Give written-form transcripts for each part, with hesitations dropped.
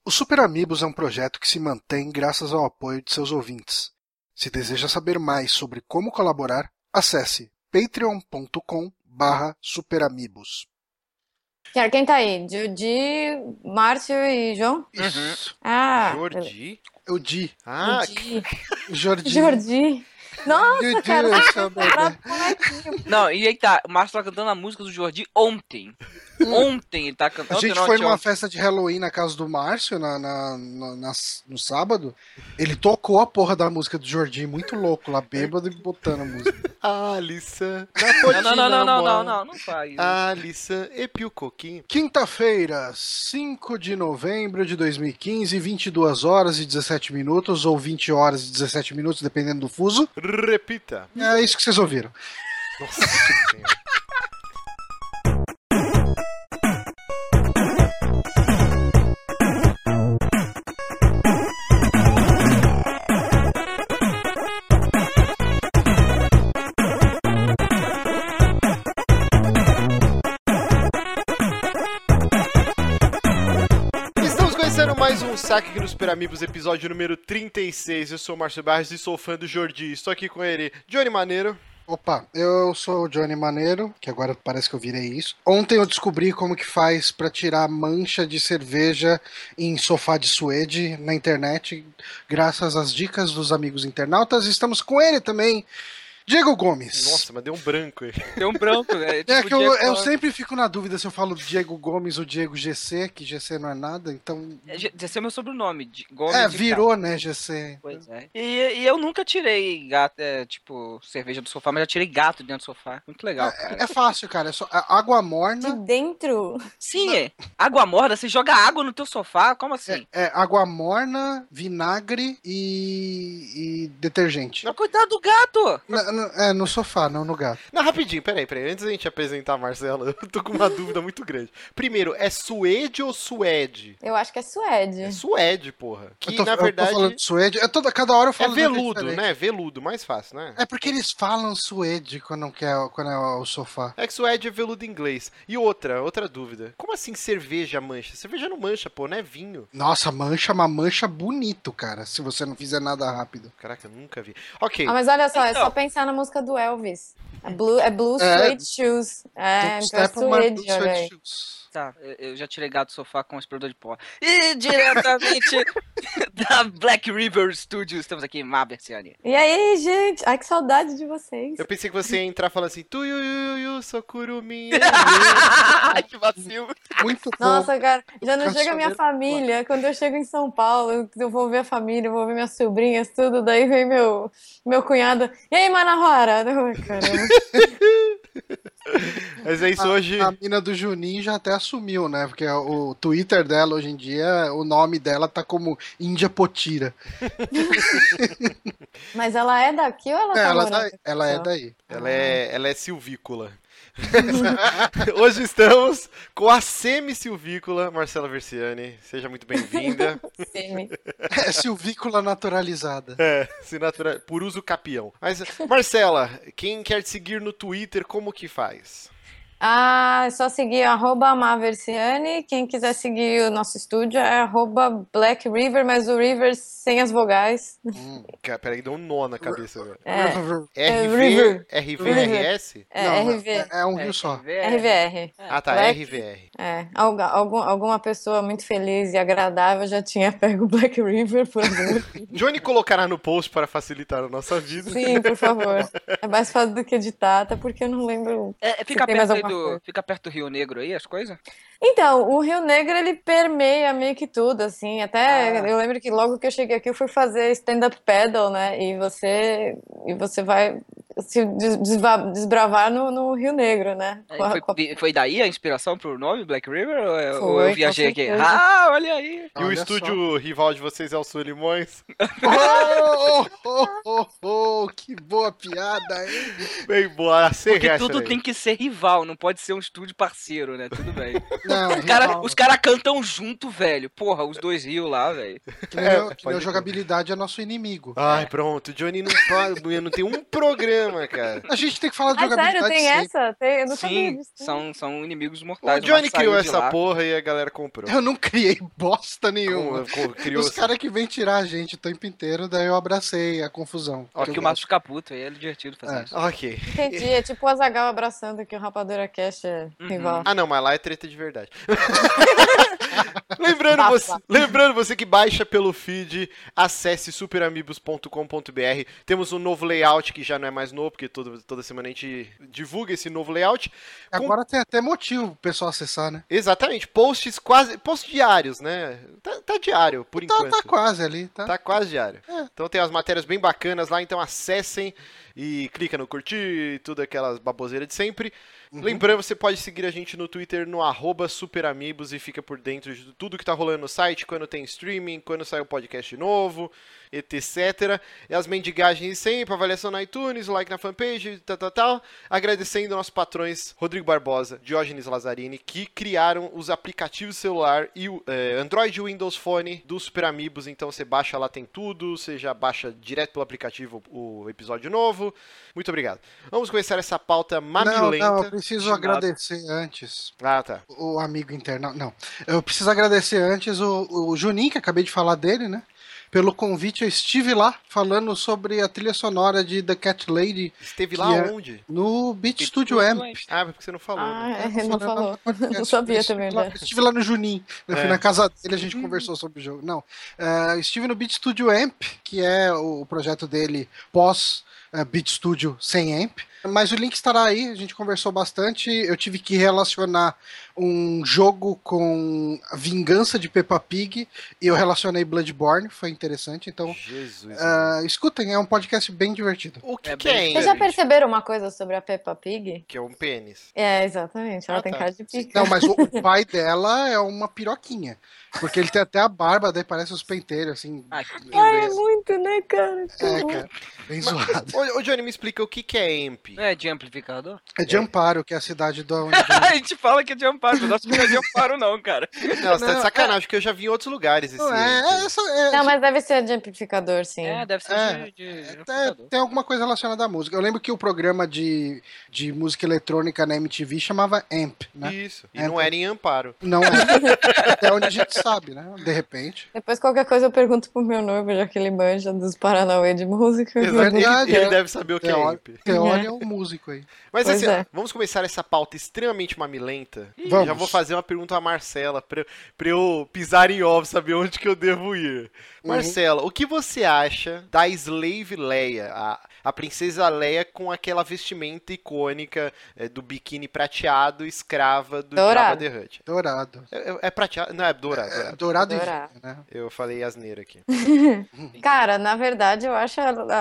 O Super Amigos é um projeto que se mantém graças ao apoio de seus ouvintes. Se deseja saber mais sobre como colaborar, acesse patreon.com/superamigos. Quem tá aí? Judy, Márcio e João? Isso. Ah, Jordi? O Di. Ah, Jordi. Nossa, cara, é você só tá bravo com o molequinho. Não, e aí tá, o Márcio tá cantando a música do Jordi ontem. Ontem ele tá cantando. A gente foi numa festa de Halloween na casa do Márcio no sábado. Ele tocou a porra da música do Jordi, muito louco lá, bêbado e botando a música. Alissa. Não faz. Alissa e Pio Coquinho. Quinta-feira, 5 de novembro de 2015, 22 horas e 17 minutos, ou 20 horas e 17 minutos, dependendo do fuso. Repita. É isso que vocês ouviram. Nossa Senhora. Mais um saque aqui no Super Amigos, episódio número 36. Eu sou o Márcio Barros e sou fã do Jordi. Estou aqui com ele, Johnny Maneiro. Opa, eu sou o Johnny Maneiro, que agora parece que eu virei isso. Ontem eu descobri como que faz pra tirar mancha de cerveja em sofá de suede na internet, graças às dicas dos amigos internautas. Estamos com ele também, Diego Gomes. Nossa, mas deu um branco aí. Deu um branco, velho. É que eu sempre fico na dúvida se eu falo Diego Gomes ou Diego GC, que GC não é nada, então... GC é meu sobrenome, Gomes. Virou, né, GC. Pois é. E eu nunca tirei gato, cerveja do sofá, mas já tirei gato dentro do sofá. Muito legal, cara. É fácil, cara, é só água morna... De dentro? Sim, água morna, você joga água no teu sofá, como assim? É água morna, vinagre e detergente. Mas cuidado do gato! No sofá, não no gato. Não, rapidinho, peraí. Antes da gente apresentar a Marcela, eu tô com uma dúvida muito grande. Primeiro, é suede ou suede? Eu acho que é suede. É suede, porra. Que, na eu verdade... tô falando suede. Cada hora eu falo... É veludo, né? Veludo, mais fácil, né? É porque eles falam suede quando é o sofá. É que suede é veludo em inglês. E outra dúvida. Como assim cerveja mancha? Cerveja não mancha, pô, não é vinho. Nossa, mancha, uma mancha bonito, cara, se você não fizer nada rápido. Caraca, eu nunca vi. Ok. Mas olha só, é só pensar na música do Elvis. É Blue Suede Shoes. Então é suede, olha aí. Tá, eu já tirei gato do sofá com um aspirador de pó. E diretamente da Black River Studios, estamos aqui em Maberciane. E aí, gente? Ai, que saudade de vocês. Eu pensei que você ia entrar falando assim, tu sokurumi. Ai, que vacilo. Muito bom. Nossa, cara, já não chega a minha família. Quando eu chego em São Paulo, eu vou ver a família, vou ver minhas sobrinhas, tudo. Daí vem meu cunhado. E aí, Manahara? Caramba. Mas é isso hoje. A mina do Juninho já até assumiu, né? Porque o Twitter dela hoje em dia, o nome dela tá como Índia Potira. Mas ela é daqui ou ela tá morando? Ela é daí. Ela é silvícola. Hoje estamos com a semi-silvícola Marcela Versiani. Seja muito bem-vinda. É silvícola naturalizada. Por uso capião. Mas, Marcela, quem quer te seguir no Twitter, como que faz? É só seguir @Maversiane. Quem quiser seguir o nosso estúdio é @Black River, mas o River sem as vogais. Peraí, deu um nó na cabeça agora. RVRS? Não, RV. É um rio só. RVR. Ah, tá, Black, RVR. Alguma pessoa muito feliz e agradável já tinha pego Black River por algum. Johnny colocará no post para facilitar a nossa vida. Sim, por favor. É mais fácil do que editar, até porque eu não lembro. Fica perto do Rio Negro aí, as coisas? Então, o Rio Negro, ele permeia meio que tudo, assim, até eu lembro que logo que eu cheguei aqui eu fui fazer stand-up paddle, né, e você vai se desbravar no Rio Negro, né. Foi daí a inspiração pro nome Black River, ou Foi, eu viajei aqui? Olha aí! E o estúdio rival de vocês é o Solimões? Que boa piada, hein? Bem boa, porque tudo tem que ser rival, não pode ser um estúdio parceiro, né, tudo bem. Não, os caras cantam junto, velho. Porra, os dois rios lá, velho. Que a jogabilidade é nosso inimigo. Ai, pronto. O Johnny não tem um programa programa, cara. A gente tem que falar de Ah, jogabilidade sério, tem sempre. essa? Eu não sabia Sim, disso. são inimigos O mortais. Johnny mas criou saiu de essa lá. porra e a galera comprou. Eu não criei bosta nenhuma. Criou Os assim. caras que vêm tirar a gente o tempo inteiro, daí eu abracei a confusão. Só Que que eu o Márcio fica puto, aí é divertido fazer É. isso. Ok. Entendi, é tipo o Azaghal abraçando que o Rapadura Cash é rival. Ah, não, mas lá é treta de verdade. Lembrando você que baixa pelo feed, acesse superamigos.com.br. Temos um novo layout que já não é mais novo, porque toda semana a gente divulga esse novo layout. Agora tem até motivo pro pessoal acessar, né? Exatamente, posts diários, né? Tá diário, por enquanto. Tá quase ali, tá? Tá quase diário. É. Então tem as matérias bem bacanas lá, então acessem e clica no curtir e tudo aquelas baboseiras de sempre. Lembrando, você pode seguir a gente no Twitter no @superamigos e fica por dentro de tudo que tá rolando no site, quando tem streaming, quando sai o podcast novo, etc. E as mendigagens de sempre, avaliação na iTunes, like na fanpage, tal. Agradecendo nossos patrões Rodrigo Barbosa, Diógenes Lazzarini, que criaram os aplicativos celular e o Android e Windows Phone do Super Amigos. Então você baixa lá, tem tudo, você já baixa direto pelo aplicativo o episódio novo. Muito obrigado. Vamos começar essa pauta mamilenta. Não, eu preciso agradecer antes Ah, tá. o amigo internauta. Não, eu preciso agradecer antes o Juninho, que acabei de falar dele, né? Pelo convite, eu estive lá falando sobre a trilha sonora de The Cat Lady. Esteve que lá é onde? No Beat Beat Studio Studio Amp. Ah, porque você não falou. Ah, né? ele não falou. Não sabia também, né? Estive lá no Juninho. Eu fui É. na casa dele, a gente conversou sobre o jogo. Não, estive no Beat Studio Amp, que é o projeto dele pós Beat Studio sem amp. Mas o link estará aí, a gente conversou bastante. Eu tive que relacionar um jogo com a Vingança de Peppa Pig e eu relacionei Bloodborne, foi interessante. Então, Jesus. escutem, é um podcast bem divertido. O que, É que é bem- Amp? Vocês já perceberam uma coisa sobre a Peppa Pig? Que é um pênis. É, exatamente. Ela Ah, tem tá. cara de pica. Não, mas o pai dela é uma piroquinha. Porque ele tem até a barba, daí parece os penteiros, assim. Ah, que lindo Ai, é isso. muito, né, cara? Que É, horror. cara, bem zoado. Ô, Johnny, me explica o que é Amp. Não é de amplificador? É de Amparo, que é a cidade da onde A gente fala que é de Amparo, mas acho que não é de Amparo não, cara. Não, você tá de Não, sacanagem, porque eu já vi em outros lugares esse Não, Amp. Não, mas deve ser de amplificador, sim. É, deve ser É, de É, amplificador. tem alguma coisa relacionada à música. Eu lembro que o programa de música eletrônica na MTV chamava Amp, né? Isso. E Amp. não era em Amparo. Não é. Até onde a gente sabe, né? De repente. Depois qualquer coisa eu pergunto pro meu noivo, já que ele manja dos Paranauê de música. Exato. verdade, Ele é. deve saber o que é Amp. Teória é o músico aí. Mas Pois assim, é. vamos começar essa pauta extremamente mamilenta. Vamos. Já vou fazer uma pergunta à Marcela, pra eu pisar em ovos, saber onde que eu devo ir. Marcela, o que você acha da Slave Leia, a princesa Leia com aquela vestimenta icônica do biquíni prateado, escrava do Jabba Dourado. the Hutt? Dourado. É prateado? Não, é dourado. Dourado e Dourado. vinho, né? Eu falei asneira aqui. Cara, na verdade, eu acho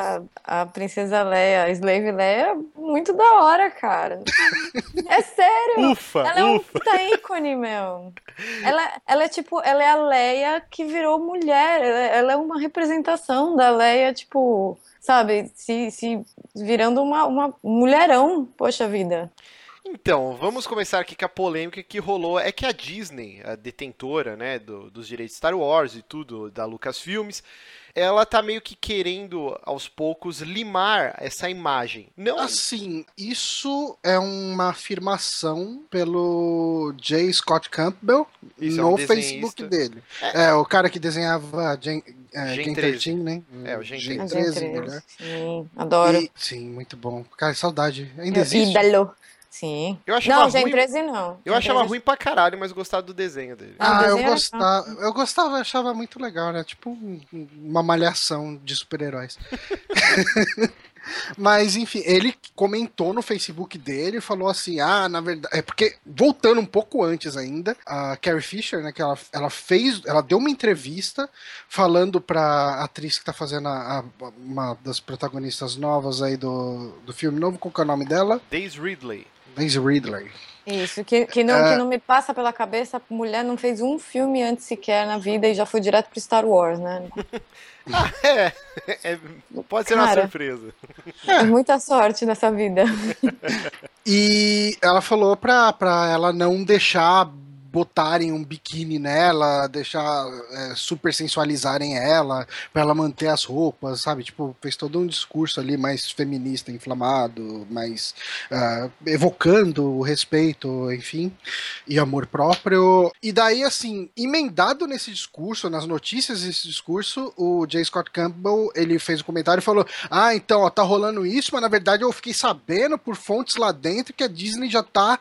a Princesa Leia, a Slave Leia, muito da hora, cara. É sério. Ufa, Ela é um ufa. puta ícone, meu. Ela é tipo, ela é a Leia que virou mulher. Ela é uma representação da Leia, tipo, sabe, se virando uma mulherão, poxa vida. Então, vamos começar aqui com a polêmica que rolou. É que a Disney, a detentora, né, dos direitos de Star Wars e tudo, da Lucasfilmes, ela tá meio que querendo, aos poucos, limar essa imagem. Não, Assim, isso é uma afirmação pelo J. Scott Campbell Isso, é no um desenhista. Facebook dele. É, o cara que desenhava Gen Gen 13, né? É, o Gen A 13, Gen melhor. 13. Sim, adoro. Sim, muito bom. Cara, saudade. Ainda existe? Ídolo. Sim. Eu achava Não, Gen ruim- 13 não. eu Gen achava 13 ruim pra caralho, mas gostava do desenho dele. Ah, o Eu desenho era gostava, achava muito legal, né? Tipo uma malhação de super-heróis. Mas, enfim, ele comentou no Facebook dele e falou assim: na verdade. É porque, voltando um pouco antes ainda, a Carrie Fisher, né, que ela deu uma entrevista falando pra atriz que tá fazendo uma das protagonistas novas aí do filme novo, qual que é o nome dela? Daisy Ridley. Daisy Ridley. Isso, que não me passa pela cabeça, a mulher não fez um filme antes sequer na vida e já foi direto pro Star Wars, né? Pode ser uma Cara. surpresa. É muita sorte nessa vida. E ela falou pra ela não deixar botarem um biquíni nela, deixar super sensualizarem ela, pra ela manter as roupas, sabe? Tipo, fez todo um discurso ali mais feminista, inflamado, mais evocando o respeito, enfim, e amor próprio. E daí, assim, emendado nesse discurso, nas notícias desse discurso, o J. Scott Campbell, ele fez um comentário e falou, então, ó, tá rolando isso, mas na verdade eu fiquei sabendo por fontes lá dentro que a Disney já tá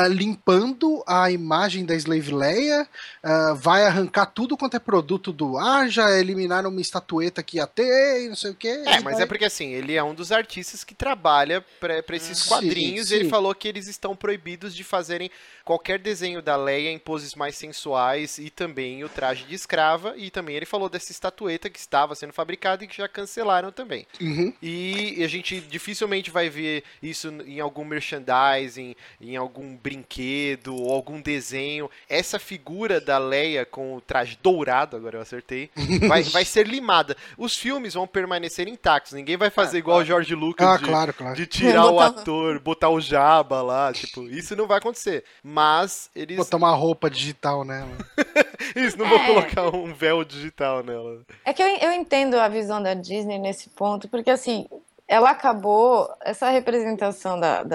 limpando a imagem da Slave Leia, vai arrancar tudo quanto é produto do ar, já eliminaram uma estatueta que ia ter, não sei o quê. Mas é porque assim, ele é um dos artistas que trabalha pra esses quadrinhos, sim. E ele falou que eles estão proibidos de fazerem qualquer desenho da Leia em poses mais sensuais e também o traje de escrava, e também ele falou dessa estatueta que estava sendo fabricada e que já cancelaram também. Uhum. E a gente dificilmente vai ver isso em algum merchandising, em algum brinquedo ou algum desenho. Essa figura da Leia com o traje dourado, agora eu acertei, vai ser limada. Os filmes vão permanecer intactos. Ninguém vai fazer igual o George Lucas claro. de tirar o ator, botar o Jabba lá. Tipo, isso não vai acontecer. Mas eles... Botar uma roupa digital nela. Isso, não vou colocar um véu digital nela. É que eu entendo a visão da Disney nesse ponto, porque assim, ela acabou, essa representação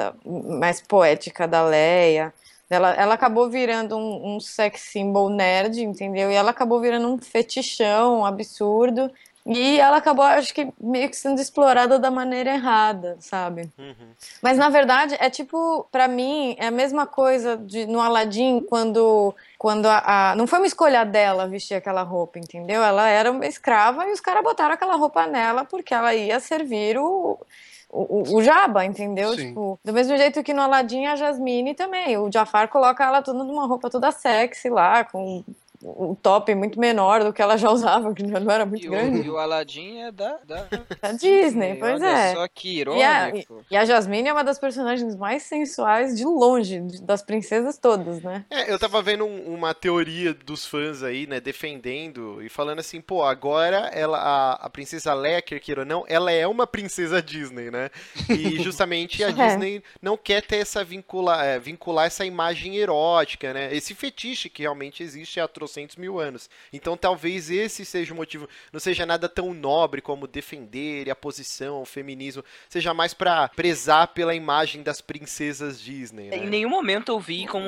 mais poética da Leia, ela acabou virando um sex symbol nerd, entendeu? E ela acabou virando um fetichão absurdo. E ela acabou, acho que, meio que sendo explorada da maneira errada, sabe? Uhum. Mas, na verdade, é tipo, pra mim, é a mesma coisa no Aladdin, quando não foi uma escolha dela vestir aquela roupa, entendeu? Ela era uma escrava e os caras botaram aquela roupa nela porque ela ia servir o Jabba, entendeu? Tipo, do mesmo jeito que no Aladdin, a Jasmine também. O Jafar coloca ela toda numa roupa toda sexy lá, com o top muito menor do que ela já usava, que não era muito grande. E o Aladdin é da Disney, pois é. Só que irônico. E a Jasmine é uma das personagens mais sensuais de longe, das princesas todas, né? Eu tava vendo uma teoria dos fãs aí, né, defendendo e falando assim, pô, agora a princesa Leia, quer queira ou não, ela é uma princesa Disney, né? E justamente a Disney não quer ter vincular essa imagem erótica, né? Esse fetiche que realmente existe há trocentos mil anos. Então talvez esse seja o motivo, não seja nada tão nobre como defender a posição, o feminismo, seja mais pra prezar pela imagem das princesas Disney, né? Em nenhum momento eu vi como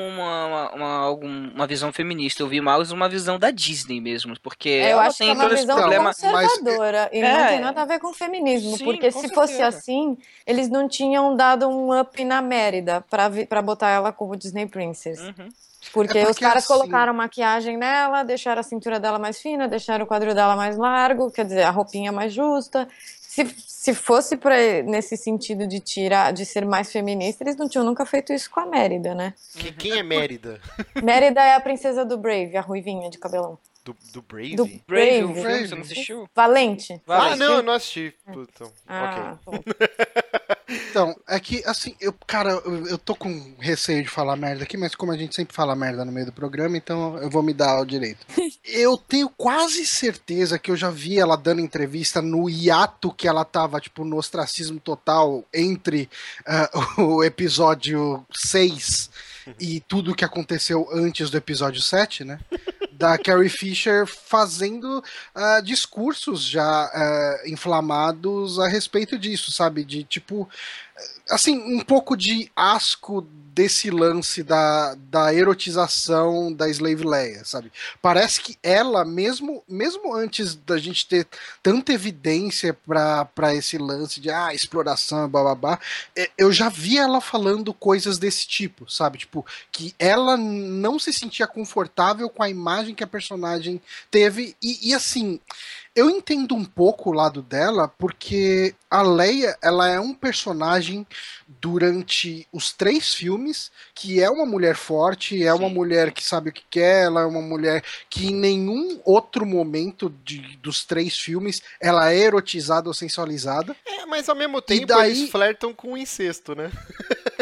uma visão feminista, eu vi mais uma visão da Disney mesmo, porque eu ela acho tem que é uma todo esse visão problema conservadora e não tem nada a ver com feminismo, Sim, porque com se certeza. fosse assim, eles não tinham dado um up na Mérida pra botar ela como Disney Princess. Uhum. Porque os caras assim, colocaram maquiagem nela, deixaram a cintura dela mais fina, deixaram o quadril dela mais largo, quer dizer, a roupinha mais justa. Se fosse nesse sentido de ser mais feminista, eles não tinham nunca feito isso com a Mérida, né? Quem é Mérida? Mérida é a princesa do Brave, a ruivinha de cabelão. Do Brave? Do Brave, o Brave. filme, você não assistiu? Valente. Não, eu não assisti. Puta, ok. Então, é que, assim, eu tô com receio de falar merda aqui, mas como a gente sempre fala merda no meio do programa, então eu vou me dar o direito. Eu tenho quase certeza que eu já vi ela dando entrevista no hiato que ela tava, tipo, no ostracismo total entre o episódio 6 e tudo que aconteceu antes do episódio 7, né? Da Carrie Fisher fazendo discursos já inflamados a respeito disso, sabe? De tipo, assim, um pouco de asco desse lance da erotização da Slave Leia, sabe? Parece que ela, mesmo antes da gente ter tanta evidência pra esse lance de exploração, bababá, eu já vi ela falando coisas desse tipo, sabe? Tipo, que ela não se sentia confortável com a imagem que a personagem teve e assim, eu entendo um pouco o lado dela, porque a Leia, ela é um personagem durante os 3 filmes, que é uma mulher forte, é uma mulher que sabe o que quer, ela é uma mulher que em nenhum outro momento dos 3 filmes ela é erotizada ou sensualizada. Mas ao mesmo tempo daí... eles flertam com o incesto, né?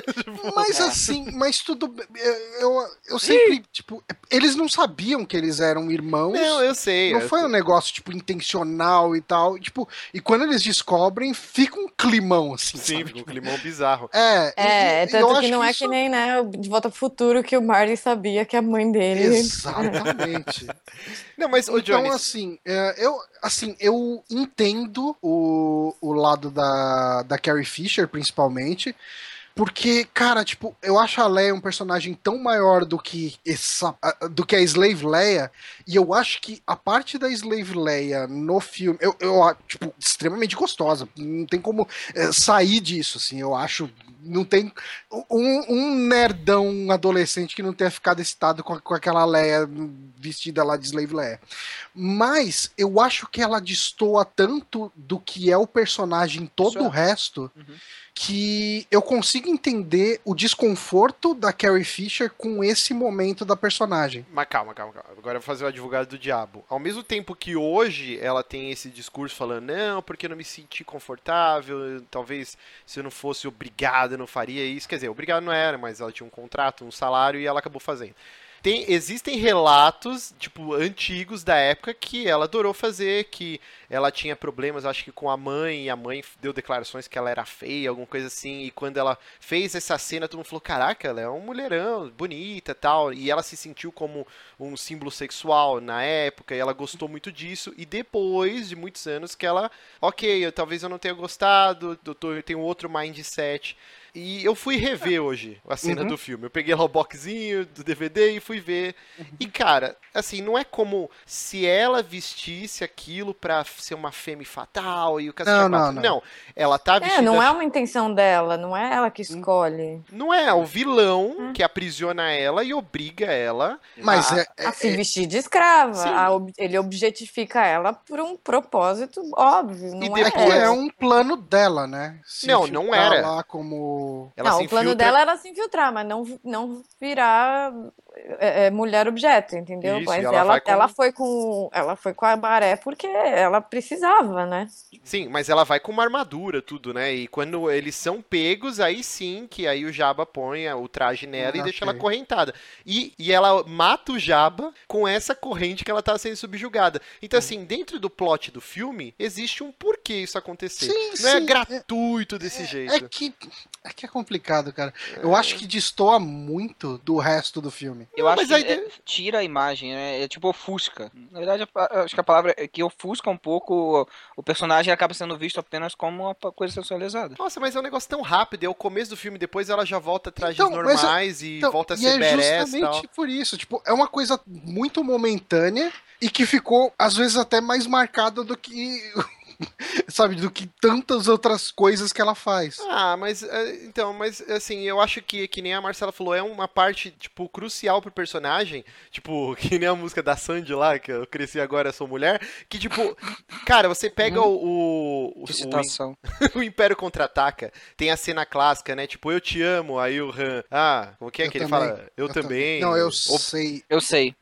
Mas assim, mas tudo bem. Eu sempre, tipo, eles não sabiam que eles eram irmãos. Não, eu sei. Não foi um negócio, tipo, intencional e tal. Tipo, e quando eles descobrem, fica um climão, assim. Sim, sabe? fica um climão bizarro. Tanto que não é que nem, né, De Volta pro Futuro, que o Marty sabia que a mãe dele... Exatamente. Não, mas, ô, Então, Johnny... eu entendo o lado da Carrie Fisher, principalmente, porque, cara, tipo, eu acho a Leia um personagem tão maior do que a Slave Leia, e eu acho que a parte da Slave Leia no filme, tipo, extremamente gostosa, não tem como sair disso, assim, eu acho, não tem um nerdão adolescente que não tenha ficado excitado com aquela Leia vestida lá de Slave Leia. Mas eu acho que ela destoa tanto do que é o personagem todo o resto, que eu consigo entender o desconforto da Carrie Fisher com esse momento da personagem. Mas calma. Agora eu vou fazer o advogado do diabo. Ao mesmo tempo que hoje ela tem esse discurso falando, não, porque eu não me senti confortável, talvez se eu não fosse obrigado eu não faria isso. Quer dizer, obrigado não era, mas ela tinha um contrato, um salário e ela acabou fazendo. Existem relatos, tipo, antigos da época que ela adorou fazer, que ela tinha problemas, acho que com a mãe, e a mãe deu declarações que ela era feia, alguma coisa assim, e quando ela fez essa cena, todo mundo falou, caraca, ela é um mulherão, bonita e tal, e ela se sentiu como um símbolo sexual na época, e ela gostou muito disso, e depois de muitos anos que ela, talvez eu não tenha gostado, eu tenho outro mindset. E eu fui rever hoje a cena do filme. Eu peguei lá o boxzinho do DVD e fui ver. E, cara, assim, não é como se ela vestisse aquilo pra ser uma femme fatal e o cacete. Não, ela tá vestida... não é uma intenção dela, não é ela que escolhe. Não é o vilão que aprisiona ela e obriga ela a se vestir de escrava. Ele objetifica ela por um propósito óbvio. Não é um plano dela, né? Não era. Lá como... o plano dela era se infiltrar, mas não virar mulher objeto, entendeu? Isso, mas ela foi com a maré porque ela precisava, né? Sim, mas ela vai com uma armadura, tudo, né? E quando eles são pegos, aí sim que aí o Jabba põe o traje nela e deixa ela acorrentada. E ela mata o Jabba com essa corrente que ela tá sendo subjugada. Então, assim, dentro do plot do filme, existe um porquê isso acontecer. Não é gratuito desse jeito. É que é complicado, cara. Eu acho que destoa muito do resto do filme. Eu acho que tira a imagem, né? É tipo ofusca. Na verdade, acho que a palavra é que ofusca um pouco o personagem acaba sendo visto apenas como uma coisa sensualizada. Nossa, mas é um negócio tão rápido. É o começo do filme, depois ela já volta a trajes normais e volta a ser badass. É justamente por isso. Tipo, é uma coisa muito momentânea e que ficou, às vezes, até mais marcada do que... sabe, do que tantas outras coisas que ela faz. Mas assim, eu acho que nem a Marcela falou, é uma parte, tipo, crucial pro personagem, tipo, que nem a música da Sandy lá, que eu cresci agora, sou mulher, que, tipo, cara, você pega o Império Contra-Ataca, tem a cena clássica, né, tipo, eu te amo, aí o Han, como que é que ele fala? Eu também. Não, eu sei. Eu sei.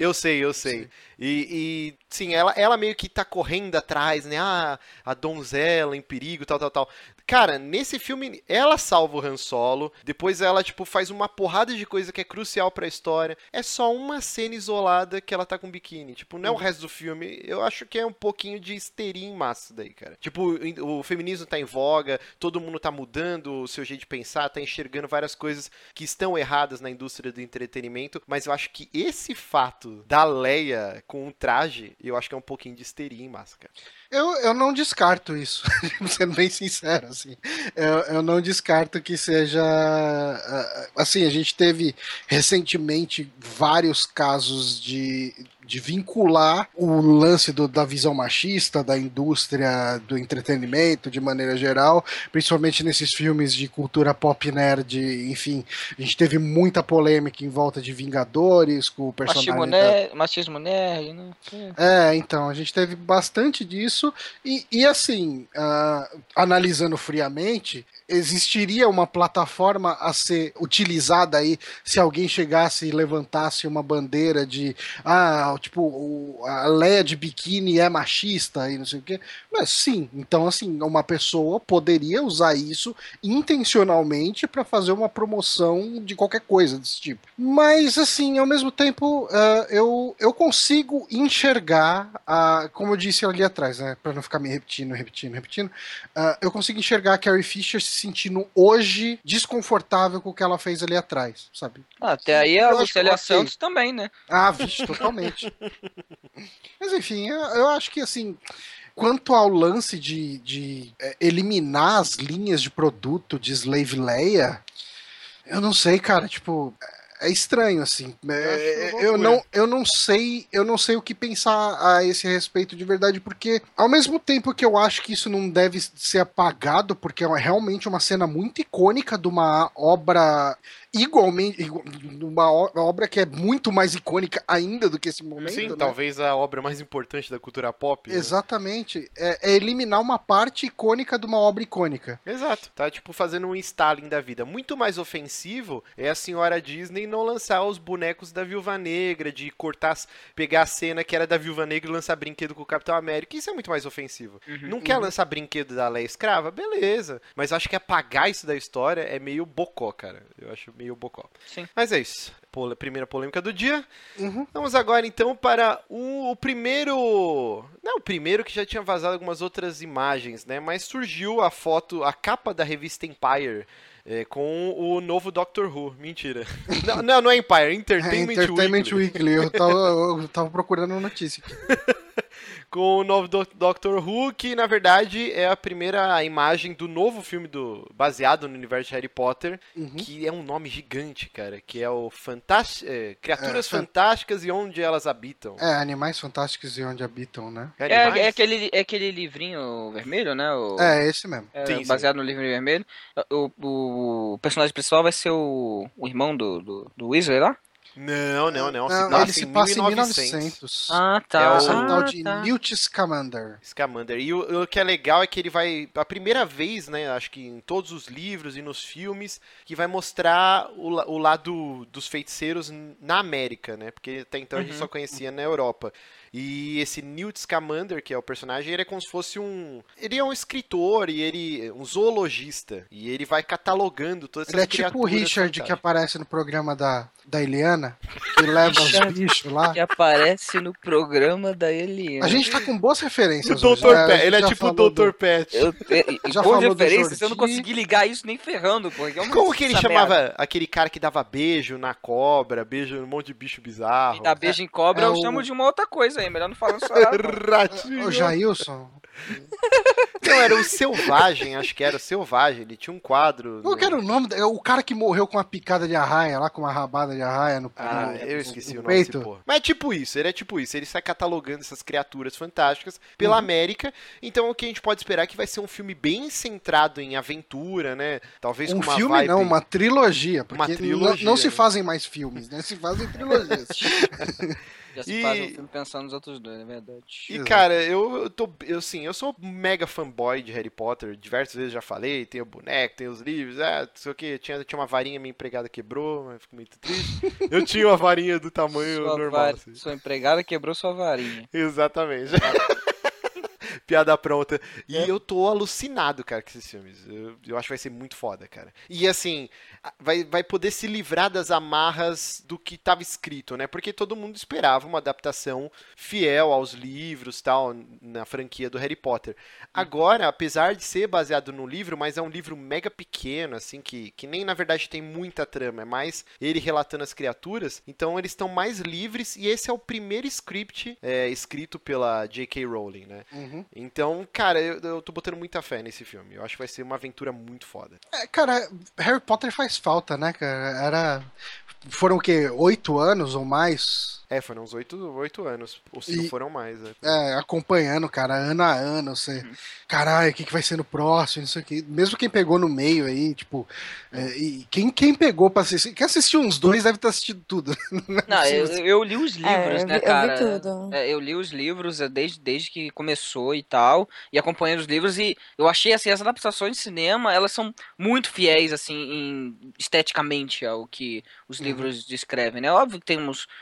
E sim, ela meio que tá correndo atrás, né? A donzela em perigo, tal. Cara, nesse filme, ela salva o Han Solo, depois ela, tipo, faz uma porrada de coisa que é crucial pra história. É só uma cena isolada que ela tá com biquíni. Tipo, não é o resto do filme. Eu acho que é um pouquinho de histeria em massa daí, cara. Tipo, o feminismo tá em voga, todo mundo tá mudando o seu jeito de pensar, tá enxergando várias coisas que estão erradas na indústria do entretenimento, mas eu acho que esse fato da Leia com um traje, eu acho que é um pouquinho de histeria em massa, cara. Eu não descarto isso, sendo bem sincero, assim. Eu não descarto que seja... Assim, a gente teve recentemente vários casos de vincular o lance da visão machista da indústria do entretenimento de maneira geral, principalmente nesses filmes de cultura pop nerd, enfim, a gente teve muita polêmica em volta de Vingadores, com o personagem machismo nerd, né? Então, a gente teve bastante disso e assim, analisando friamente, existiria uma plataforma a ser utilizada aí se alguém chegasse e levantasse uma bandeira de tipo, a Leia de biquíni é machista e não sei o quê. Mas sim, então assim, uma pessoa poderia usar isso intencionalmente para fazer uma promoção de qualquer coisa desse tipo. Mas assim, ao mesmo tempo, eu consigo enxergar, como eu disse ali atrás, né, para não ficar me repetindo, eu consigo enxergar a Carrie Fisher se sentindo hoje desconfortável com o que ela fez ali atrás, sabe? Até aí a Eu acho Lucélia ok. Santos também, né? Ah, vixe, totalmente. Mas enfim, eu acho que assim, quanto ao lance de eliminar as linhas de produto de Slave Leia, eu não sei, cara, tipo, é estranho, assim. Eu não sei o que pensar a esse respeito de verdade, porque ao mesmo tempo que eu acho que isso não deve ser apagado, porque é realmente uma cena muito icônica de uma obra uma obra que é muito mais icônica ainda do que esse momento, Sim, né? talvez a obra mais importante da cultura pop. Né? Exatamente. É eliminar uma parte icônica de uma obra icônica. Exato. Tá, tipo, fazendo um Stalin da vida. Muito mais ofensivo é a senhora Disney não lançar os bonecos da Viúva Negra, de pegar a cena que era da Viúva Negra e lançar brinquedo com o Capitão América. Isso é muito mais ofensivo. Não quer lançar brinquedo da Leia Escrava? Beleza. Mas acho que apagar isso da história é meio bocó, cara. Eu acho meio bocó. Sim. Mas é isso. Primeira polêmica do dia. Vamos agora então para o primeiro. Não, o primeiro que já tinha vazado algumas outras imagens, né? Mas surgiu a foto, a capa da revista Empire. Com o novo Doctor Who. Mentira. Não é Empire, Entertainment Weekly. Eu tava procurando notícia aqui. Com o novo Doctor Who, que na verdade é a primeira imagem do novo filme baseado no universo de Harry Potter, que é um nome gigante, cara, que é o Criaturas Fantásticas e Onde Elas Habitam. Animais Fantásticos e Onde Habitam, né? É aquele livrinho vermelho, né? É esse mesmo. Baseado no livro vermelho. O personagem principal vai ser o irmão do Weasley lá? Não. Ele se passa em 1900. Ah, tá. É o tal de Newt Scamander. E o que é legal é que ele vai, a primeira vez, né, acho que em todos os livros e nos filmes, que vai mostrar o lado dos feiticeiros na América, né? Porque até então a gente só conhecia na Europa. E esse Newt Scamander, que é o personagem, ele é como se fosse ele é um escritor e um zoologista. E ele vai catalogando todas essas criaturas. Ele é tipo o Richard que aparece no programa da Eliana, que leva os bichos lá. Que aparece no programa da Eliana. A gente tá com boas referências o hoje. Dr. Pet, ele é tipo o Dr. Pet. Já boas falou referências, do eu não consegui ligar isso nem ferrando. Como que ele chamava aquele cara que dava beijo na cobra, beijo num monte de bicho bizarro? E dar beijo em cobra eu chamo de uma outra coisa aí, melhor não falar isso lá. Ratinho. O Jailson. Não, era o Selvagem, acho que era o Selvagem. Ele tinha um quadro. Qual que era o nome? O cara que morreu com uma picada de arraia lá, com uma rabada de arraia no eu esqueci o nome peito. desse porra. Mas é tipo isso, ele é tipo isso. Ele sai catalogando essas criaturas fantásticas pela América. Então o que a gente pode esperar é que vai ser um filme bem centrado em aventura, né? Talvez com uma filme vibe... não, uma trilogia. Porque uma trilogia, não se fazem mais filmes, né? Se fazem trilogias. Já se faz um filme pensando nos outros dois, é verdade. E, cara, eu sou mega fanboy de Harry Potter, diversas vezes já falei, tem o boneco, tem os livros, não sei o que, tinha uma varinha, minha empregada quebrou, mas fico muito triste. Eu tinha uma varinha do tamanho normal, assim. Sua empregada quebrou sua varinha. Exatamente. Piada pronta. E eu tô alucinado, cara, com esses filmes. Eu acho que vai ser muito foda, cara. E assim, vai poder se livrar das amarras do que tava escrito, né? Porque todo mundo esperava uma adaptação fiel aos livros, tal, na franquia do Harry Potter. Agora, apesar de ser baseado no livro, mas é um livro mega pequeno, assim, que nem na verdade tem muita trama, é mais ele relatando as criaturas. Então eles estão mais livres e esse é o primeiro script escrito pela J.K. Rowling, né? Então, cara, eu tô botando muita fé nesse filme. Eu acho que vai ser uma aventura muito foda. Cara, Harry Potter faz falta, né, cara? Foram o quê? 8 anos ou mais? Foram uns 8 anos. Ou se não foram mais, né? Acompanhando, cara, ano a ano. Você... Caralho, o que vai ser no próximo? Não sei o quê. Mesmo quem pegou no meio aí, tipo. E quem pegou pra assistir. Quem assistiu uns 2 deve ter assistido tudo. Não, eu li os livros, né, cara? Eu vi tudo. Eu li os livros desde que começou e tal. E acompanhando os livros. E eu achei, assim, as adaptações de cinema, elas são muito fiéis, assim, esteticamente ao que os livros descrevem, né? Óbvio que tem uns cortes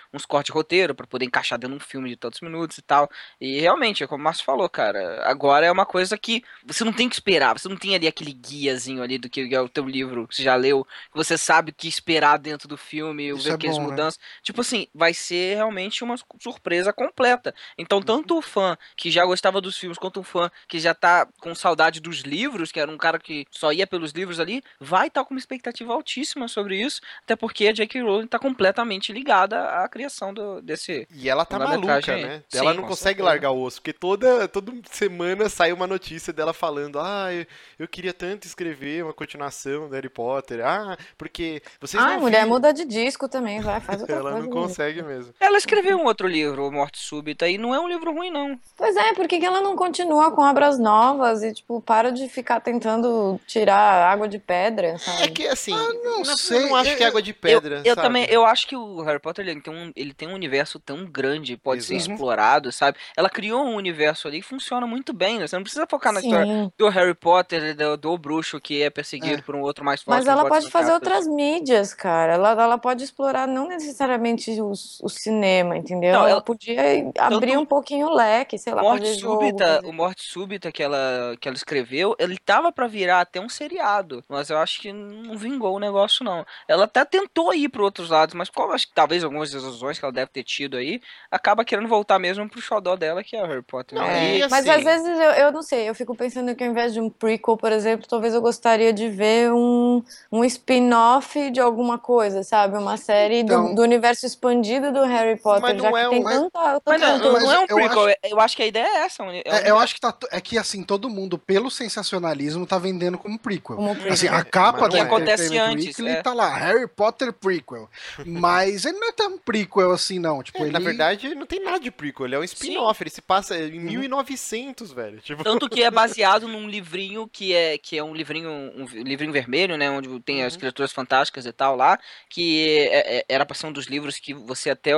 de roteiro pra poder encaixar dentro de um filme de tantos minutos e tal. E realmente, é como o Márcio falou, cara, agora é uma coisa que você não tem que esperar, você não tem ali aquele guiazinho ali do que é o teu livro, que você já leu, que você sabe o que esperar dentro do filme, Isso ver é aquelas bom, né? mudanças. Tipo assim, vai ser realmente uma surpresa completa. Então, tanto o fã que já gostava dos filmes, quanto o fã que já tá com saudade dos livros, que era um cara que só ia pelos livros ali, vai estar com uma expectativa altíssima sobre isso, até porque a J.K. Rowling tá completamente ligada à criação desse E ela tá longa-metragem maluca, aí. né? Ela Sim, não com consegue certeza. largar o osso, porque toda semana sai uma notícia dela falando: eu queria tanto escrever uma continuação do Harry Potter. Porque vocês Ai, não mulher, viram. muda de disco também, vai, faz outra Ela não coisa. consegue mesmo. Ela escreveu um outro livro, Morte Súbita, e não é um livro ruim, não. Pois é, por que que ela não continua com obras novas e, tipo, para de ficar tentando tirar água de pedra, É sabe? que assim, Não eu sei. não acho que é água de pedra, Eu sabe? também, eu acho que o Harry Potter ele tem um universo tão grande, pode ser Exato. explorado, sabe? Ela criou um universo ali que funciona muito bem, né? Você não precisa focar na história Sim. do Harry Potter, do bruxo que é perseguido É. por um outro mais forte Mas que não ela pode ser pode fazer nomeado pelos... outras mídias, cara. Ela pode explorar não necessariamente o cinema, entendeu? Não, Ela ela, podia abrir tanto um pouquinho o leque, sei lá, fazer jogo, O fazer. Morte Súbita que ela escreveu, ele tava pra virar até um seriado, mas eu acho que não vingou o negócio, não. Ela até tentou ir para outros lados, mas como eu acho que talvez algumas decisões que ela deve ter tido aí, acaba querendo voltar mesmo pro xodó dela, que é o Harry Potter, Não, né? e É, mas às assim, vezes eu não sei, eu fico pensando que ao invés de um prequel, por exemplo, talvez eu gostaria de ver um spin-off de alguma coisa, sabe? Uma série Então, do universo expandido do Harry mas Potter, já não que é tem um. mas, Mas tanto não mas conteúdo. é um eu prequel, acho. eu acho que a ideia é essa, é um Eu universo. acho que é que assim, todo mundo, pelo sensacionalismo, tá vendendo como prequel. Como Assim, prequel. a Mas capa não do Que é. acontece Entertainment antes, Weekly é. tá lá, Harry Potter prequel. Mas ele não é tão prequel assim, não. Tipo, Na ele. verdade, não tem nada de prequel, ele é um Sim. spin-off, ele se passa em Uhum. 1900, velho. Tipo, Tanto que é baseado num livrinho que é um livrinho vermelho, né? Onde tem as uhum. criaturas fantásticas e tal lá, que era pra ser um dos livros que você até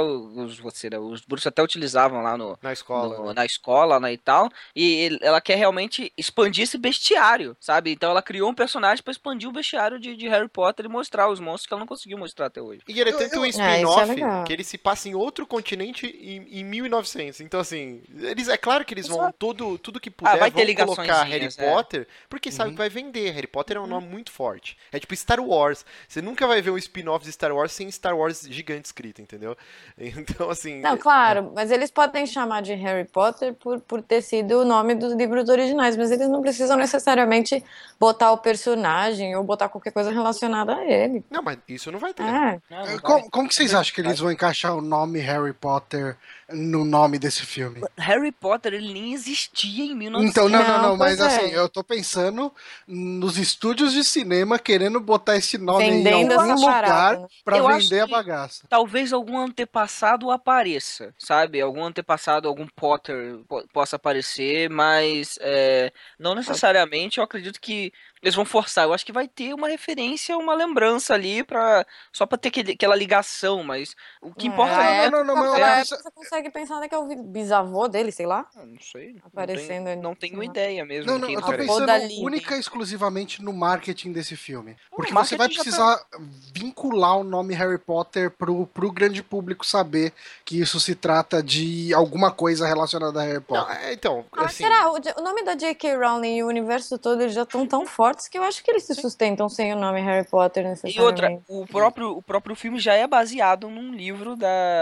os bruxos até utilizavam lá Na escola, né? na escola, né, e tal. E ela quer realmente expandir esse bestiário, sabe? Então ela criou um personagem pra expandir o bestiário de Harry Potter e mostrar os monstros que ela não conseguiu mostrar até hoje. E ele é Eu, tanto um eu, Isso é spin-off legal. que ele se passa em outro continente em 1900. Então, assim, é claro que eles vão tudo que puder Vai ter vão colocar Harry ligaçõezinhas, Potter, porque sabe Uhum. que vai vender. Harry Potter é um nome muito forte. É tipo Star Wars. Você nunca vai ver um spin-off de Star Wars sem Star Wars gigante escrito, entendeu? Então, assim, Não, claro, mas eles podem chamar de Harry Potter por ter sido o nome dos livros originais, mas eles não precisam necessariamente botar o personagem ou botar qualquer coisa relacionada a ele. não, mas isso não vai ter. É. Não vai. Como que vocês acham que eles vão encaixar o nome Harry Potter no nome desse filme? Harry Potter, ele nem existia em Então, 1900. Não, mas pois é. assim, eu tô pensando nos estúdios de cinema querendo botar esse nome aí em Vendendo algum essa lugar parada, né? pra Eu acho vender a que bagaça. talvez algum antepassado apareça, sabe? Algum antepassado, algum Potter possa aparecer, mas não necessariamente. Eu acredito que eles vão forçar. Eu acho que vai ter uma referência, uma lembrança ali só pra ter aquela ligação, mas o que importa A não é. época, Mas pela época, você consegue pensar até que é o bisavô dele, sei lá, Não sei, aparecendo ali, não sei tenho lá. ideia mesmo de quem eu vai tô Avô aparecer. pensando da Lily. única e exclusivamente no marketing desse filme. O Porque você vai marketing já tá. precisar vincular o nome Harry Potter pro grande público saber que isso se trata de alguma coisa relacionada a Harry Não, Potter. então, Ah, mas assim, será? O nome da J.K. Rowling e o universo todo eles já estão tão fortes que eu acho que eles se sustentam sem o nome Harry Potter E outra, necessariamente. o próprio filme já é baseado num livro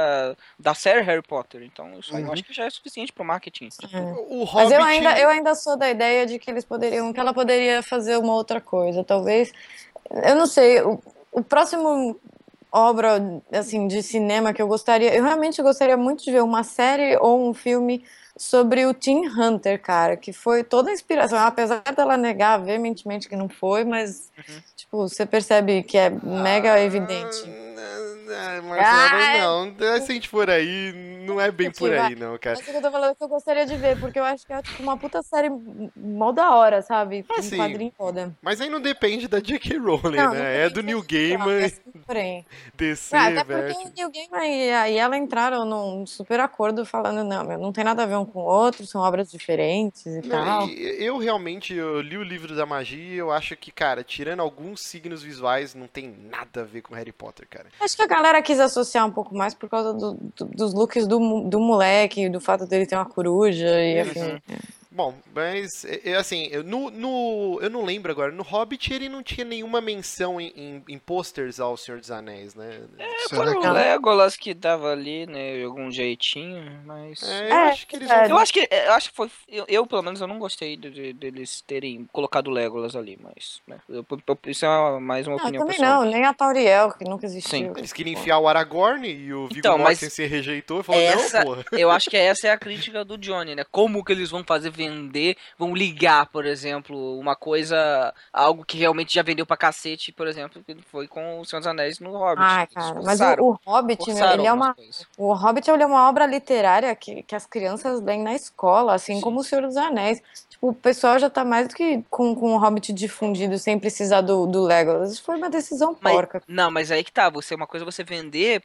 da série Harry Potter. Então, isso aí eu acho que já é suficiente pro marketing de tudo. É. o Mas Hobbit. eu ainda sou da ideia de que que ela poderia fazer uma outra coisa. Talvez, eu não sei, o próximo obra assim de cinema que eu realmente gostaria muito de ver uma série ou um filme sobre o Teen Hunter, cara, que foi toda a inspiração, apesar dela negar veementemente que não foi, mas tipo, você percebe que é mega evidente. Marcelo, Ah, não. Se a gente for aí, não é bem por vai. aí, não, cara. Mas o que eu tô falando é que eu gostaria de ver, porque eu acho que é tipo uma puta série mó da hora, sabe? Um Assim, quadrinho foda. mas aí não depende da J.K. Rowling, Não, né? É do Neil Gaiman, Porém. DC, Até porque velho. o Neil Gaiman e ela entraram num super acordo falando, não, meu, não tem nada a ver um com o outro, são obras diferentes e Não, tal. e eu realmente eu li o livro da magia e eu acho que, cara, tirando alguns signos visuais, não tem nada a ver com Harry Potter, cara. Acho que a galera quis associar um pouco mais por causa dos looks do moleque, do fato dele ter uma coruja e afim. Bom, mas, assim, eu não lembro agora, no Hobbit ele não tinha nenhuma menção em posters ao Senhor dos Anéis, né? Foi o Legolas que dava ali, né, de algum jeitinho, mas... eu acho que eles vão... Eu acho que foi... Eu, pelo menos, eu não gostei deles terem colocado o Legolas ali, mas... Né, isso é mais uma opinião também pessoal. não, nem a Tauriel, que nunca existiu. Sim, eles queriam enfiar o Aragorn e o Viggo Então, mas Mortensen rejeitou e falou, não, porra. Eu acho que essa é a crítica do Johnny, né? Como que eles vão vender, vão ligar, por exemplo, uma coisa, algo que realmente já vendeu pra cacete, por exemplo, que foi com o Senhor dos Anéis no Hobbit. Ai, cara, mas o Hobbit, ele é o Hobbit é uma obra literária que as crianças leem na escola, assim como o Senhor dos Anéis. Tipo, o pessoal já tá mais do que com o Hobbit difundido sem precisar do Legolas. Isso foi uma decisão porca. Não, mas aí que tá, uma coisa é você vender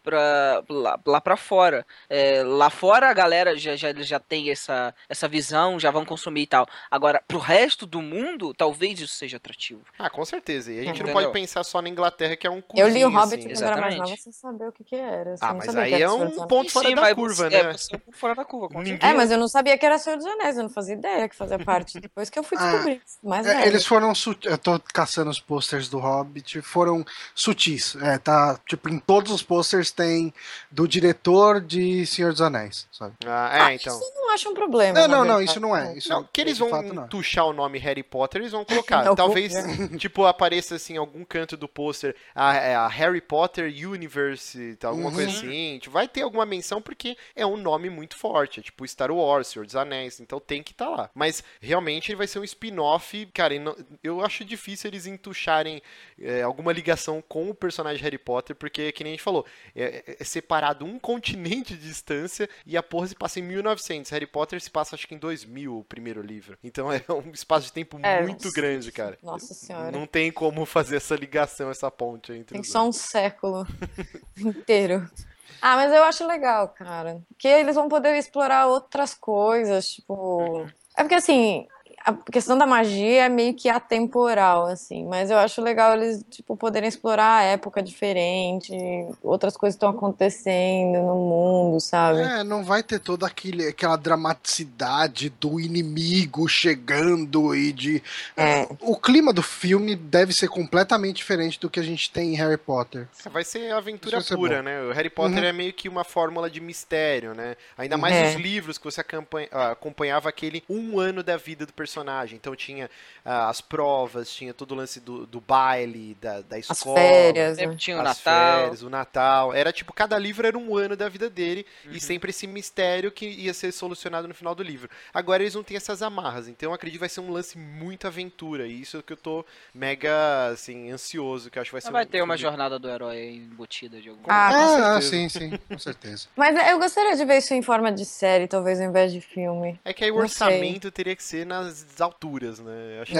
lá pra fora. Lá fora a galera já tem essa visão, já vão consumir e tal. Agora, pro resto do mundo, talvez isso seja atrativo. Ah, com certeza. E a gente não pode pensar só na Inglaterra, que é um cozinho, eu li o Hobbit assim, quando era mais nova sem saber o que era. Mas aí é um ponto fora da curva, né? Fora da curva. Mas eu não sabia que era Senhor dos Anéis, eu não fazia ideia que fazia parte. Depois que eu fui descobrir. Eles foram eu tô caçando os posters do Hobbit, foram sutis. Tá, tipo, em todos os posters tem do diretor de Senhor dos Anéis, sabe? Então. Isso eu não acho um problema. Não, isso não é. Isso que eles vão tuchar o nome Harry Potter, eles vão colocar. Talvez, tipo, apareça assim, em algum canto do pôster a Harry Potter Universe, alguma coisa assim. Tipo, vai ter alguma menção porque é um nome muito forte. É tipo Star Wars, Senhor dos Anéis, então tem que estar lá. Mas realmente ele vai ser um spin-off. Cara, eu acho difícil eles entucharem alguma ligação com o personagem Harry Potter, porque, que nem a gente falou, é separado um continente de distância e a porra se passa em 1900. Harry Potter se passa, acho que em 2000, o primeiro livro. Então é um espaço de tempo muito grande, cara. Nossa senhora. Não tem como fazer essa ligação, essa ponte entre tem só um século inteiro. Mas eu acho legal, cara. Que eles vão poder explorar outras coisas, tipo... É porque, assim, a questão da magia é meio que atemporal, assim, mas eu acho legal eles, tipo, poderem explorar a época diferente, outras coisas estão acontecendo no mundo, sabe? Não vai ter toda aquela dramaticidade do inimigo chegando e de... O clima do filme deve ser completamente diferente do que a gente tem em Harry Potter. Vai ser aventura pura, né? O Harry Potter é meio que uma fórmula de mistério, né? Ainda mais os livros que você acompanhava aquele um ano da vida do personagem. Então tinha as provas, tinha todo o lance do baile, da escola. As férias. Sempre tinha o Natal. Férias, o Natal. Era tipo, cada livro era um ano da vida dele e sempre esse mistério que ia ser solucionado no final do livro. Agora eles não têm essas amarras, então eu acredito que vai ser um lance muito aventura. E isso é que eu tô mega, assim, ansioso, que eu acho que vai ser vai ter uma jornada do herói embutida de alguma sim, com certeza. Mas eu gostaria de ver isso em forma de série, talvez, ao invés de filme. É que aí o orçamento teria que ser nas alturas, né? Acho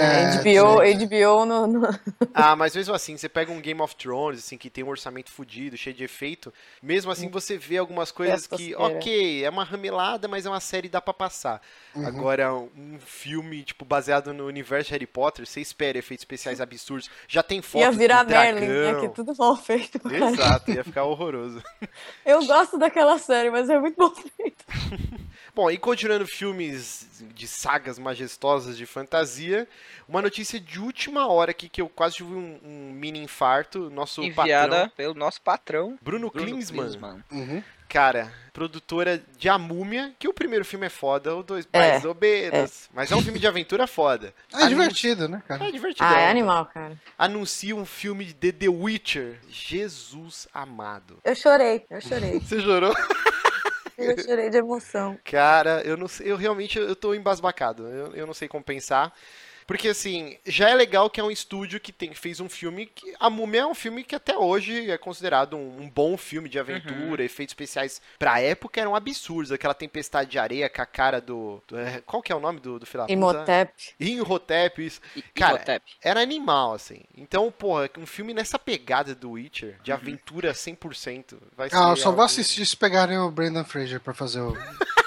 HBO no... mas mesmo assim, você pega um Game of Thrones, assim, que tem um orçamento fudido, cheio de efeito, mesmo assim você vê algumas coisas que, ok, é uma ramelada, mas é uma série, dá pra passar. Agora, um filme, tipo, baseado no universo de Harry Potter, você espera efeitos especiais absurdos, já tem foto ia virar do dragão. Merlin, ia que tudo mal feito. Cara. Exato, ia ficar horroroso. Eu gosto daquela série, mas é muito mal feito. Bom, e continuando filmes de sagas majestosas de fantasia, uma notícia de última hora aqui que eu quase tive um mini infarto. Nosso enviada patrão, pelo nosso patrão, Bruno Klinsmann. Cara, produtora de A Múmia, que o primeiro filme é foda, o Dois Pais Obesos, mas é um filme de aventura foda. É divertido, né, cara? É divertido. É animal, cara. Anuncia um filme de The Witcher. Jesus amado. Eu chorei. Você chorou? Eu chorei de emoção. Cara, eu não sei, eu realmente tô embasbacado. Eu não sei como pensar. Porque, assim, já é legal que é um estúdio que fez um filme que... A Múmia é um filme que até hoje é considerado um bom filme de aventura. Efeitos especiais pra época eram absurdos. Aquela tempestade de areia com a cara qual que é o nome do filho da puta? Imhotep. Imhotep, isso. Cara, era animal, assim. Então, porra, um filme nessa pegada do Witcher, de aventura 100%, vai ser... eu só vou assistir se pegarem o Brendan Fraser pra fazer o...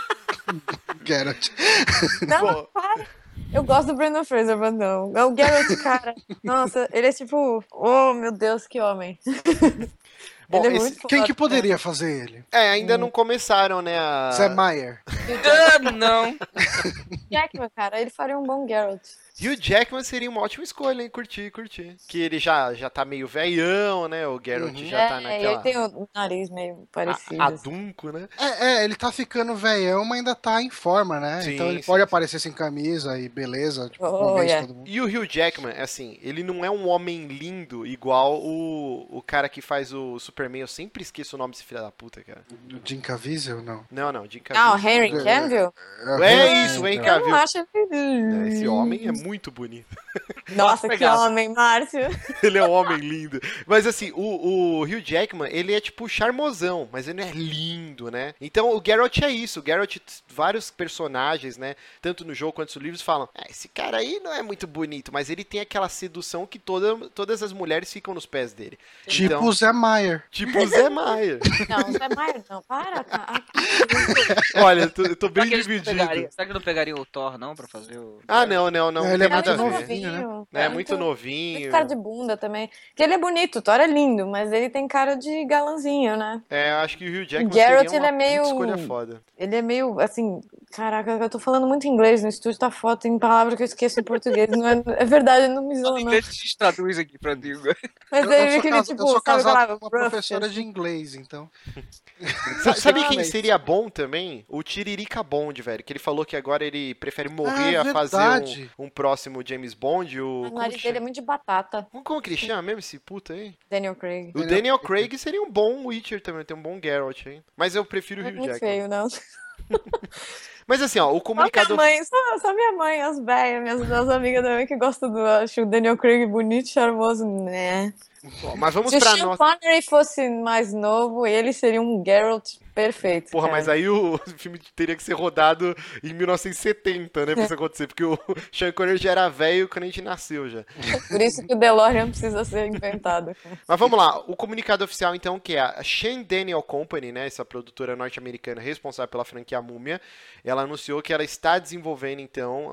Geralt. Não, para. Eu gosto do Brendan Fraser, mas não. É o Geralt, cara. Nossa, ele é tipo... Oh, meu Deus, que homem. Bom, Ele é esse- muito Quem foda, que poderia fazer ele? ainda não começaram, né? Zé Maier. Não. Jackman, cara, ele faria um bom Geralt. Hugh Jackman seria uma ótima escolha, hein? Curti. Que ele já tá meio velhão, né? O Geralt já tá E naquela... ele tem o nariz meio parecido. assim. Adunco, né? Ele tá ficando velhão, mas ainda tá em forma, né? Sim, então ele sim, pode sim. aparecer sem camisa e beleza, tipo, Oh, convence yeah. todo mundo. E o Hugh Jackman, assim, ele não é um homem lindo igual o cara que faz o Superman. Eu sempre esqueço o nome desse filho da puta, cara. O Jim Caviezel, não. Não, Jim Ah, o Caviezel. Henry Cavill? É isso, o Henry Eu Cavill. não acho ele... Esse homem é muito bonito. Nossa, que Pegado. homem, Márcio. Ele é um homem lindo. Mas assim, o Hugh Jackman, ele é tipo charmosão, mas ele não é lindo, né? Então o Geralt é isso. O Geralt, vários personagens, né? Tanto no jogo quanto nos livros, falam: esse cara aí não é muito bonito, mas ele tem aquela sedução que todas as mulheres ficam nos pés dele. Tipo Então, o Zé Maier. tipo o Zé Maier. Não, Zé Maier, não. Para, cara. Olha, eu tô bem Será que eles não dividido. pegariam- Será que não pegariam o Thor, não, pra fazer o... Ah, não, Ele é tem nada a muito ver. novinho, né? É muito novinho. Muito cara de bunda também. Que ele é bonito, o Thor é lindo, mas ele tem cara de galanzinho, né? É, eu acho que o Hugh Jackman Geralt, seria uma ele é meio- puta escolha foda. Ele é meio, assim... Caraca, eu tô falando muito inglês no estúdio, tá foto em palavras que eu esqueço em português. Não é verdade, não me zoa, não. A gente traduz aqui pra língua. Mas Eu ele sou, fica, casa- tipo, eu sou sabe casado aquela com uma rough, professora assim. de inglês, então. Sabe quem Exatamente. seria bom também? O Tiririca Bond, velho. Que ele falou que agora ele prefere morrer Ah, a fazer verdade. um próximo James Bond. O Como nariz que dele é chama? muito de batata. Como que ele chama mesmo esse puta aí? Daniel Craig. O Daniel Craig seria um bom Witcher também, tem um bom Geralt aí. Mas eu prefiro o É Hugh muito Jackman. feio, não. Mas assim, ó, o Só minha comunicador... mãe, só minha mãe, as velhas, minhas amigas também que gostam do... Acho o Daniel Craig bonito, charmoso, né? Ó, mas vamos Se o pra Sean nossa... Connery fosse mais novo, ele seria um Geralt perfeito. Porra, cara. mas aí o filme teria que ser rodado em 1970, né, pra isso acontecer. Porque o Sean Connery já era velho quando a gente nasceu já. Por isso que o DeLorean precisa ser inventado. Mas vamos lá, o comunicado oficial então, que é a Shane Daniel Company, né, essa produtora norte-americana responsável pela franquia Múmia, ela anunciou que ela está desenvolvendo então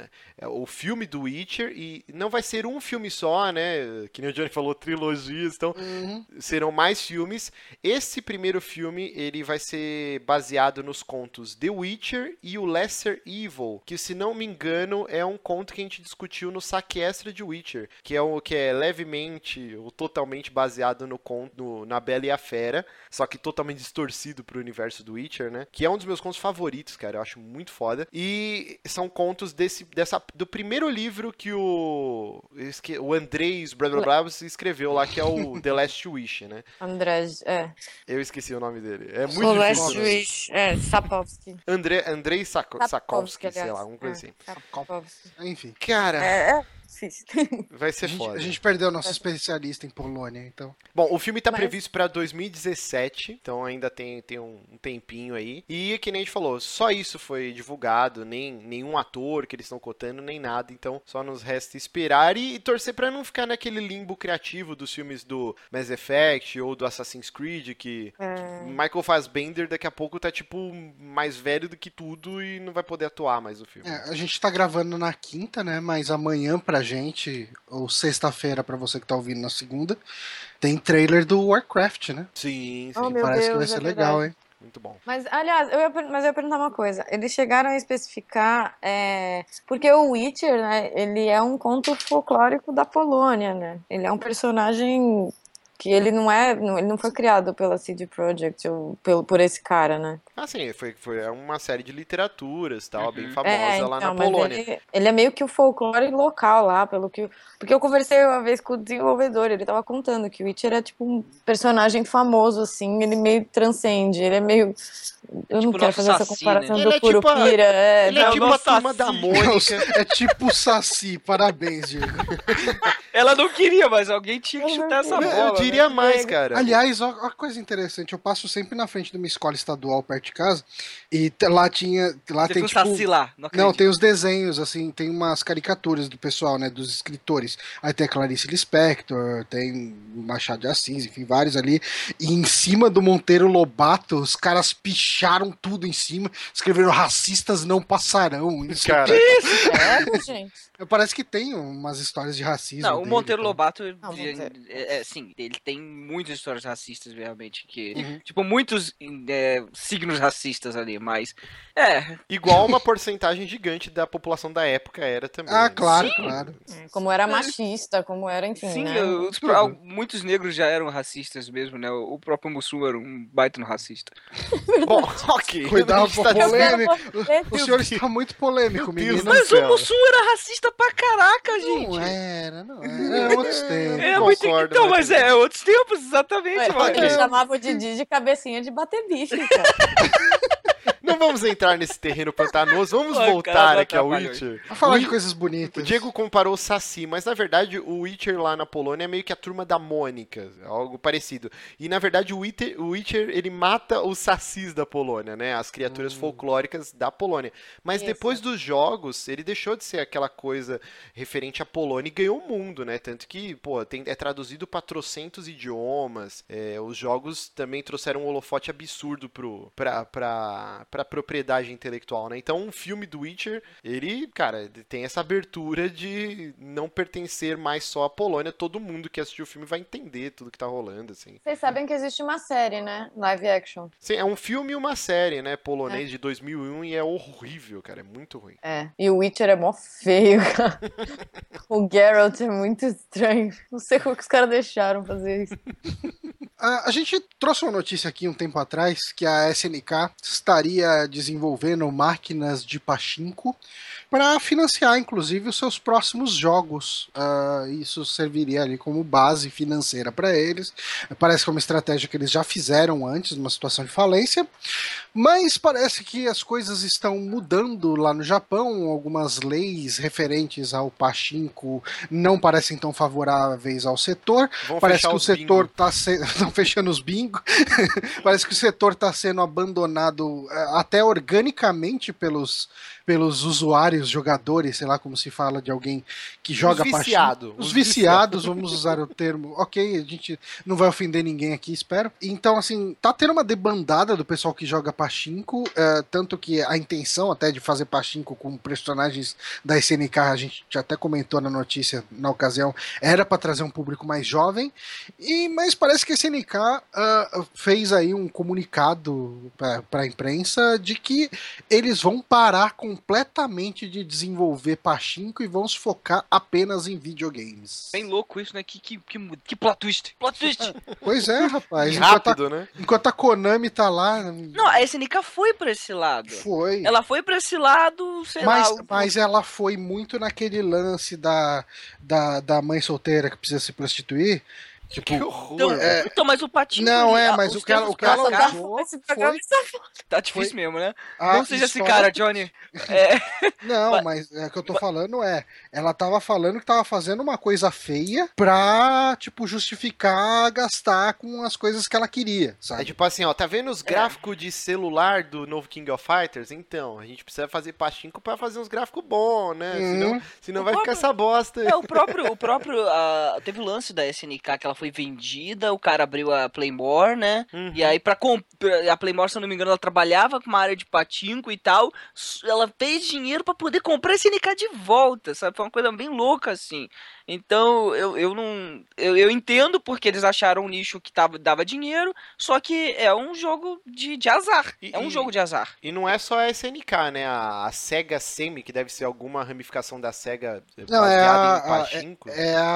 o filme do Witcher, e não vai ser um filme só, né, que nem o Johnny falou, trilogias, então serão mais filmes. Esse primeiro filme, ele vai ser baseado nos contos The Witcher e o Lesser Evil, que se não me engano é um conto que a gente discutiu no Saque Extra de Witcher, que é levemente ou totalmente baseado no conto na Bela e a Fera, só que totalmente distorcido pro universo do Witcher, né? Que é um dos meus contos favoritos, cara, eu acho muito foda. E são contos do primeiro livro que o Andrés escreveu lá, que é o The Last Wish, né? André, Eu esqueci o nome dele. É muito o difícil. Last o nome. Wish, Sapkowski. Andrei Sakovsky, sei aliás. lá, alguma coisa assim. Sapkowski. Enfim. Cara, Difícil. vai ser A gente, foda. a gente perdeu nosso especialista em Polônia, então. Bom, o filme tá Mas- previsto pra 2017, então ainda tem um tempinho aí. E que nem a gente falou, só isso foi divulgado, nenhum ator que eles estão cotando, nem nada. Então só nos resta esperar e torcer pra não ficar naquele limbo criativo dos filmes do Mass Effect ou do Assassin's Creed, que Michael Fassbender daqui a pouco tá tipo mais velho do que tudo e não vai poder atuar mais no filme. A gente tá gravando na quinta, né? Mas amanhã pra gente, ou sexta-feira pra você que tá ouvindo na segunda, tem trailer do Warcraft, né? Sim, sim. Oh, meu Parece que vai Deus, ser é legal, verdade. hein? Muito bom. Mas, aliás, eu ia perguntar uma coisa. Eles chegaram a especificar, porque o Witcher, né, ele é um conto folclórico da Polônia, né? Ele é um personagem que ele não foi criado pela CD Projekt ou por esse cara, né? Ah, sim, foi uma série de literaturas, tal, bem famosa lá na mas Polônia. ele é meio que o folclore local lá, porque eu conversei uma vez com o desenvolvedor, ele tava contando que o Witcher é tipo um personagem famoso, assim, ele meio transcende, ele é meio... Eu não Tipo quero nosso fazer essa Saci, comparação né? do Ele é tipo Curupira. Ele é não, tipo a nossa, turma da assim. Mônica. É tipo o Saci, parabéns, Diego. Ela não queria, mas alguém tinha que chutar essa bola. Eu diria né? mais, cara. Aliás, ó, uma coisa interessante, eu passo sempre na frente de uma escola estadual perto de casa e lá Você tem viu o tipo... Saci lá, não Não, acredito. tem os desenhos, assim, tem umas caricaturas do pessoal, né, dos escritores. Aí tem a Clarice Lispector, tem Machado de Assis, enfim, vários ali. E em cima do Monteiro Lobato, os caras pichando picharam tudo em cima, escreveram racistas não passarão. Isso, Cara, gente. parece que tem umas histórias de racismo. Não, o dele, Monteiro tá? Lobato, Monteiro. sim, ele tem muitas histórias racistas, realmente, que, Uhum. tipo, muitos signos racistas ali, mas, igual uma porcentagem gigante da população da época era também. Ah, né? claro, claro. Como era machista, como era, enfim, sim, né? tudo. muitos negros já eram racistas mesmo, né, o próprio Mussum era um baita no racista. Bom, ok. Cuidado, A gente tá polêmico. dizendo- O senhor está muito polêmico, Meu Deus menino. do Mas céu. o Mussum era racista pra caraca, gente! Não era. É outros tempos. Concordo, Então, mas- mas outros tempos, exatamente, Ué, mano. ele chamava o Didi de cabecinha de bater bife, cara. Não vamos entrar nesse terreno pantanoso, vamos Pô, cara, voltar aqui ao atrapalhou. Witcher. Vamos falar O de Wi- coisas O bonitas. Diego comparou o Saci, mas na verdade o Witcher lá na Polônia é meio que a turma da Mônica, algo parecido. E na verdade o Witcher ele mata os sacis da Polônia, né? As criaturas folclóricas da Polônia. Mas Isso. depois dos jogos, ele deixou de ser aquela coisa referente à Polônia e ganhou o mundo, né? Tanto que, pô, é traduzido para trocentos idiomas. Os jogos também trouxeram um holofote absurdo pra propriedade intelectual, né? Então, um filme do Witcher, ele, cara, tem essa abertura de não pertencer mais só à Polônia. Todo mundo que assistiu o filme vai entender tudo que tá rolando, assim. Vocês sabem que existe uma série, né? Live action. Sim, é um filme e uma série, né? Polonês de 2001 e é horrível, cara. É muito ruim. É. E o Witcher é mó feio, cara. O Geralt é muito estranho. Não sei como que os caras deixaram fazer isso. A gente trouxe uma notícia aqui um tempo atrás que a SNK estaria desenvolvendo máquinas de pachinko para financiar, inclusive, os seus próximos jogos. Isso serviria ali como base financeira para eles. Parece que é uma estratégia que eles já fizeram antes, numa situação de falência. Mas parece que as coisas estão mudando lá no Japão. Algumas leis referentes ao pachinko não parecem tão favoráveis ao setor. Vão Parece fechar que o os setor bingo. está estão fechando os bingos. Parece que o setor está sendo abandonado até organicamente pelos usuários, jogadores, sei lá como se fala de alguém que joga pachinko. Os viciados, vamos usar o termo. Ok, a gente não vai ofender ninguém aqui, espero. Então, assim, tá tendo uma debandada do pessoal que joga pachinko, tanto que a intenção até de fazer pachinko com personagens da SNK, a gente já até comentou na notícia na ocasião, era para trazer um público mais jovem, mas parece que a SNK fez aí um comunicado para a imprensa de que eles vão parar completamente de desenvolver pachinko e vão se focar apenas em videogames. Bem louco isso, né? Que plot twist. Plot twist. Pois é, rapaz. Rápido, né? Enquanto a Konami tá lá. Não, a SNK foi pra esse lado. Foi. Ela foi pra esse lado, sei lá. Mas ela foi muito naquele lance da mãe solteira que precisa se prostituir. Tipo, Que horror. Então, mas o patinho. Não, ali, mas os o que ela tempos pra cá, usou Esse programa foi está foda. Tá difícil mesmo, né? a Não seja esse história- cara, Johnny. Não, mas o que eu tô falando ela tava falando que tava fazendo uma coisa feia pra, tipo, justificar gastar com as coisas que ela queria, É sabe? tipo assim, ó, tá vendo os gráficos de celular do novo King of Fighters? Então, a gente precisa fazer pachinko pra fazer uns gráficos bons, né? Senão vai ficar essa bosta. O próprio teve o lance da SNK que ela foi vendida, o cara abriu a Playmore, né? E aí a Playmore, se eu não me engano, ela trabalhava com uma área de patinco e tal, ela fez dinheiro pra poder comprar a SNK de volta, sabe? Foi uma coisa bem louca, assim. Então, eu entendo porque eles acharam um nicho que dava dinheiro, só que é um jogo de azar. É um jogo de azar. E não é só a SNK, né? A Sega Semi, que deve ser alguma ramificação da Sega Não, baseada em pachinko.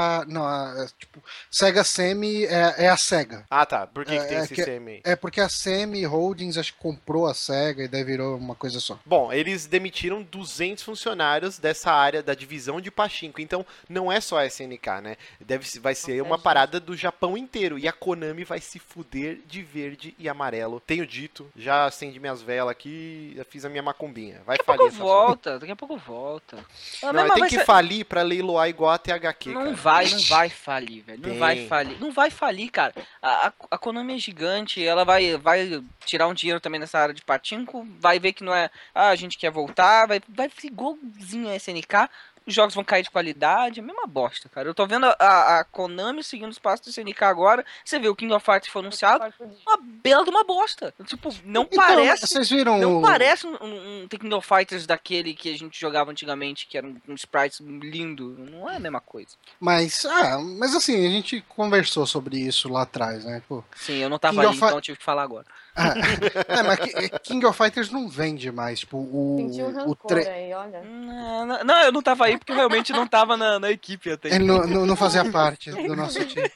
tipo, Sega Semi é a Sega. Ah, tá. Por que tem esse que- Semi? É porque a Semi Holdings acho que comprou a Sega e daí virou uma coisa só. Bom, eles demitiram 200 funcionários dessa área da divisão de pachinko, então não é só a SNK, né? Vai ser uma parada do Japão inteiro, e a Konami vai se fuder de verde e amarelo. Tenho dito, já acendi minhas velas aqui, já fiz a minha macumbinha. Vai falir essa porra. Daqui a pouco volta. Não, tem que falir pra leiloar igual a THQ, Não cara. vai falir, velho. Não vai falir. falir. Não vai falir, cara. A Konami é gigante, ela vai tirar um dinheiro também nessa área de patinco, vai ver que não é, a gente quer voltar, vai ser igualzinho a SNK, os jogos vão cair de qualidade, é a mesma bosta, cara. Eu tô vendo a Konami seguindo os passos do SNK agora, você vê o King of Fighters foi anunciado, uma bela de uma bosta. Tipo, não Então, parece... vocês viram Não parece um King of Fighters daquele que a gente jogava antigamente, que era um sprite lindo. Não é a mesma coisa. Mas assim, a gente conversou sobre isso lá atrás, né? Pô, Sim, eu não tava King ali, of então eu tive que falar agora. mas King of Fighters não vende mais. Tipo, Senti um o rancor aí, olha. Não, eu não tava aí porque eu realmente não tava na equipe até. Ele não fazia parte do nosso time.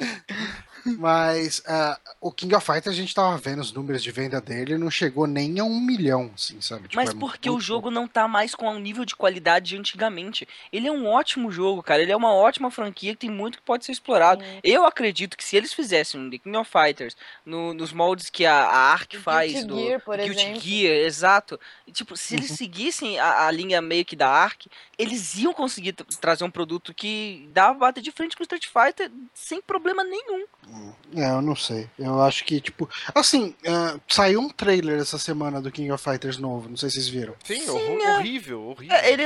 Mas o King of Fighters, a gente tava vendo os números de venda dele, não chegou nem a 1 milhão, assim, sabe? Tipo, Mas porque o jogo não tá mais com o nível de qualidade de antigamente. Ele é um ótimo jogo, cara. Ele é uma ótima franquia que tem muito que pode ser explorado. Eu acredito que se eles fizessem um The King of Fighters nos moldes que a Ark faz, Guilty do Gear, por Guilty exemplo. Gear, exato. E, tipo, se eles seguissem a linha meio que da Ark, eles iam conseguir trazer um produto que dava bater de frente com o Street Fighter sem problema nenhum. Eu não sei. Eu acho que, tipo... Assim, saiu um trailer essa semana do King of Fighters novo, não sei se vocês viram. Sim, Sim, horrível.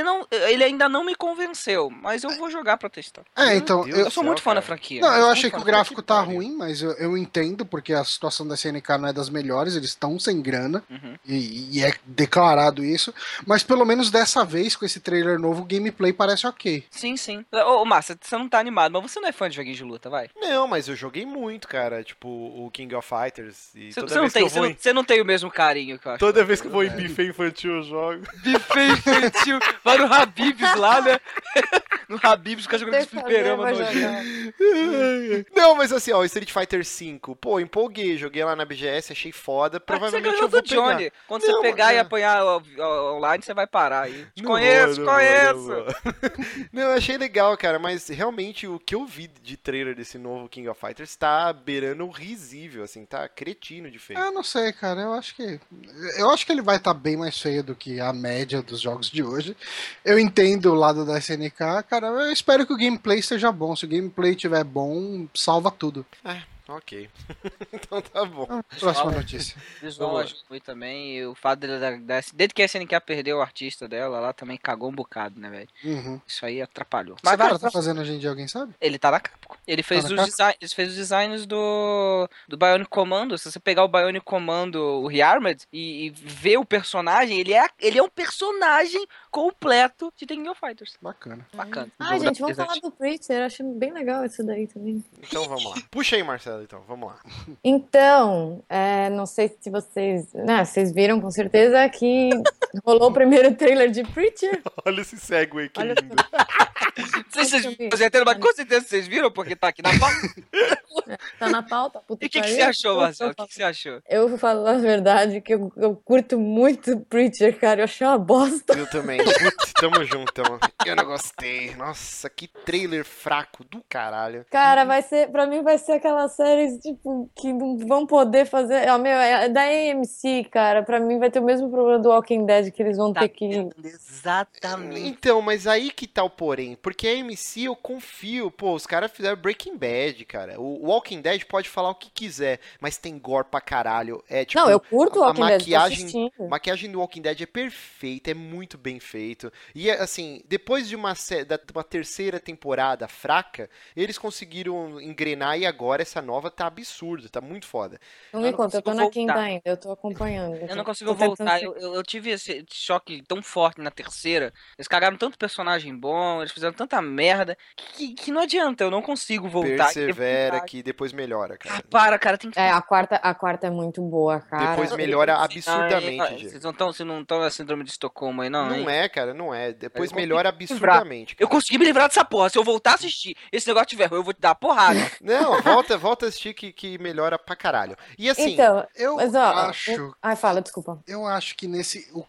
Ele ainda não me convenceu, mas eu vou jogar pra testar. Então... Deus Eu sou muito fã da franquia. Não, eu sou achei muito que fã o da gráfico tá pariu. ruim, mas eu entendo, porque a situação da SNK não é das melhores, eles estão sem grana, Uhum. e é declarado isso, mas pelo menos dessa vez, com esse trailer novo, o gameplay parece ok. Sim, sim. Ô, Márcia, você não tá animado, mas você não é fã de joguinhos de luta, vai? Não, mas eu joguei muito, cara. Tipo, o King of Fighters. E Você toda não vez tem, que eu vou você não tem o mesmo carinho que eu acho. Toda vez que eu vou em buffet infantil eu jogo. Buffet infantil, vai no Habib's lá, né? No Habib's, fica jogando Deixa esse fliperama eu ver, vou nojento. jogar. Não, mas assim, ó, Street Fighter V. Pô, empolguei, joguei lá na BGS, achei foda. Você Provavelmente ganhou eu vou do Johnny. pegar. Quando Não, você pegar e mano, apanhar online, você vai parar aí. Te Não conheço, vou, não conheço. vou, não vou. Não, eu achei legal, cara, mas realmente o que eu vi de trailer desse novo King of Fighters tá beirando o risível, assim, tá cretino de feio. Eu não sei, cara, eu acho que ele vai estar bem mais feio do que a média dos jogos de hoje. Eu entendo o lado da SNK, cara, eu espero que o gameplay esteja bom. Se o gameplay estiver bom, salva tudo. Ok. Então tá bom. Próxima notícia. Visual Vamos lá. foi também, e o fato desde que a SNK perdeu o artista dela, lá também cagou um bocado, né, velho? Uhum. Isso aí atrapalhou. Mas o cara vai- tá fazendo hoje em dia, alguém sabe? Ele tá na Capcom. Ele fez na os Capcom? designs, fez os designs do Bionic Commando. Se você pegar o Bionic Commando, o Rearmed, e ver o personagem, ele é um personagem completo de The King of Fighters. Bacana. Bacana. Ah, Jogo gente, da vamos falar Blizzard. do Preacher. Acho bem legal isso daí também. Então vamos lá. Puxa aí, Marcelo, então. Vamos lá. Então, não sei se vocês... Né, vocês viram com certeza que rolou o primeiro trailer de Preacher. Olha esse segue que Olha lindo. Mas com certeza vocês viram, porque tá aqui na pauta. Tá na pauta. Puta E o que pariu. você achou, Marcelo? O que você achou? Eu vou falar a verdade que eu curto muito Preacher, cara. Eu achei uma bosta. Eu também. Putz, tamo junto, mano. Eu não gostei. Nossa, que trailer fraco do caralho. Cara, pra mim vai ser aquelas séries, tipo, que não vão poder fazer. Meu, é da AMC, cara. Pra mim vai ter o mesmo problema do Walking Dead, que eles vão ter que. Exatamente. Então, mas aí que tá o porém. Porque a AMC eu confio. Pô, os caras fizeram Breaking Bad, cara. O Walking Dead pode falar o que quiser, mas tem gore pra caralho. É tipo. Não, eu curto o a Walking Dead, tô maquiagem, assistindo. maquiagem do Walking Dead é perfeita, é muito bem feito. E assim, depois de uma terceira temporada fraca, eles conseguiram engrenar e agora essa nova tá absurda, tá muito foda. Não me não conta, eu tô consigo na quinta voltar. ainda, eu tô acompanhando. Eu não consigo Tô tentando voltar. ser- Eu tive esse choque tão forte na terceira. Eles cagaram tanto personagem bom, eles fizeram tanta merda, que não adianta, eu não consigo voltar. Persevera que depois melhora, cara. Cara, tem que. a quarta é muito boa, cara. Depois melhora absurdamente, Vocês gente. vocês não estão na síndrome de Estocolmo aí, não, hein? Não é, cara, não é. Depois Eu melhora consigo livrar. absurdamente. Eu Cara. consegui me livrar dessa porra. Se eu voltar a assistir, esse negócio tiver ruim, eu vou te dar uma porrada. Não, volta a assistir que melhora pra caralho. E assim, Então, Eu mas ó. acho. Ai, fala, desculpa. Eu acho que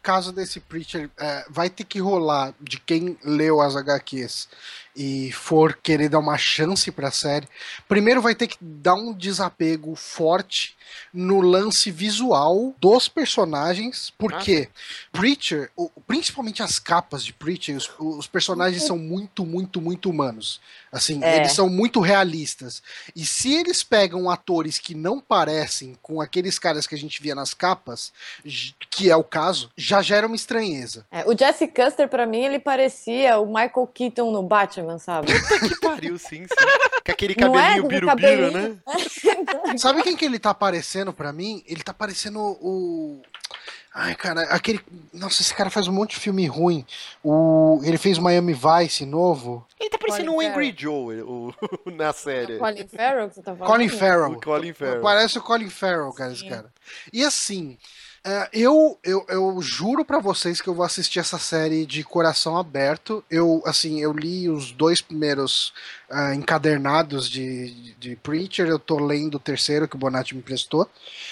caso desse Preacher, vai ter que rolar de quem leu as HQs e for querer dar uma chance pra série. Primeiro vai ter que dar um desapego forte no lance visual dos personagens, porque Preacher, principalmente as capas de Preacher, os personagens são muito, muito, muito humanos. Assim, eles são muito realistas. E se eles pegam atores que não parecem com aqueles caras que a gente via nas capas, que é o caso, já gera uma estranheza. O Jesse Custer, pra mim, ele parecia o Michael Keaton no Batman, sabe? Puta que pariu, sim. Com aquele cabelinho birubiru, né? Sabe quem que ele tá parecendo pra mim? Ele tá parecendo o... Ai, cara, aquele... Nossa, esse cara faz um monte de filme ruim. Ele fez o Miami Vice novo. Ele tá parecendo um Angry Joe na série. Colin Farrell que você tá falando? Colin Farrell. O Colin Farrell. Parece o Colin Farrell, cara, esse cara. E assim... Eu juro pra vocês que eu vou assistir essa série de coração aberto. Eu li os 2 primeiros encadernados de Preacher. Eu tô lendo o terceiro que o Bonatti me emprestou.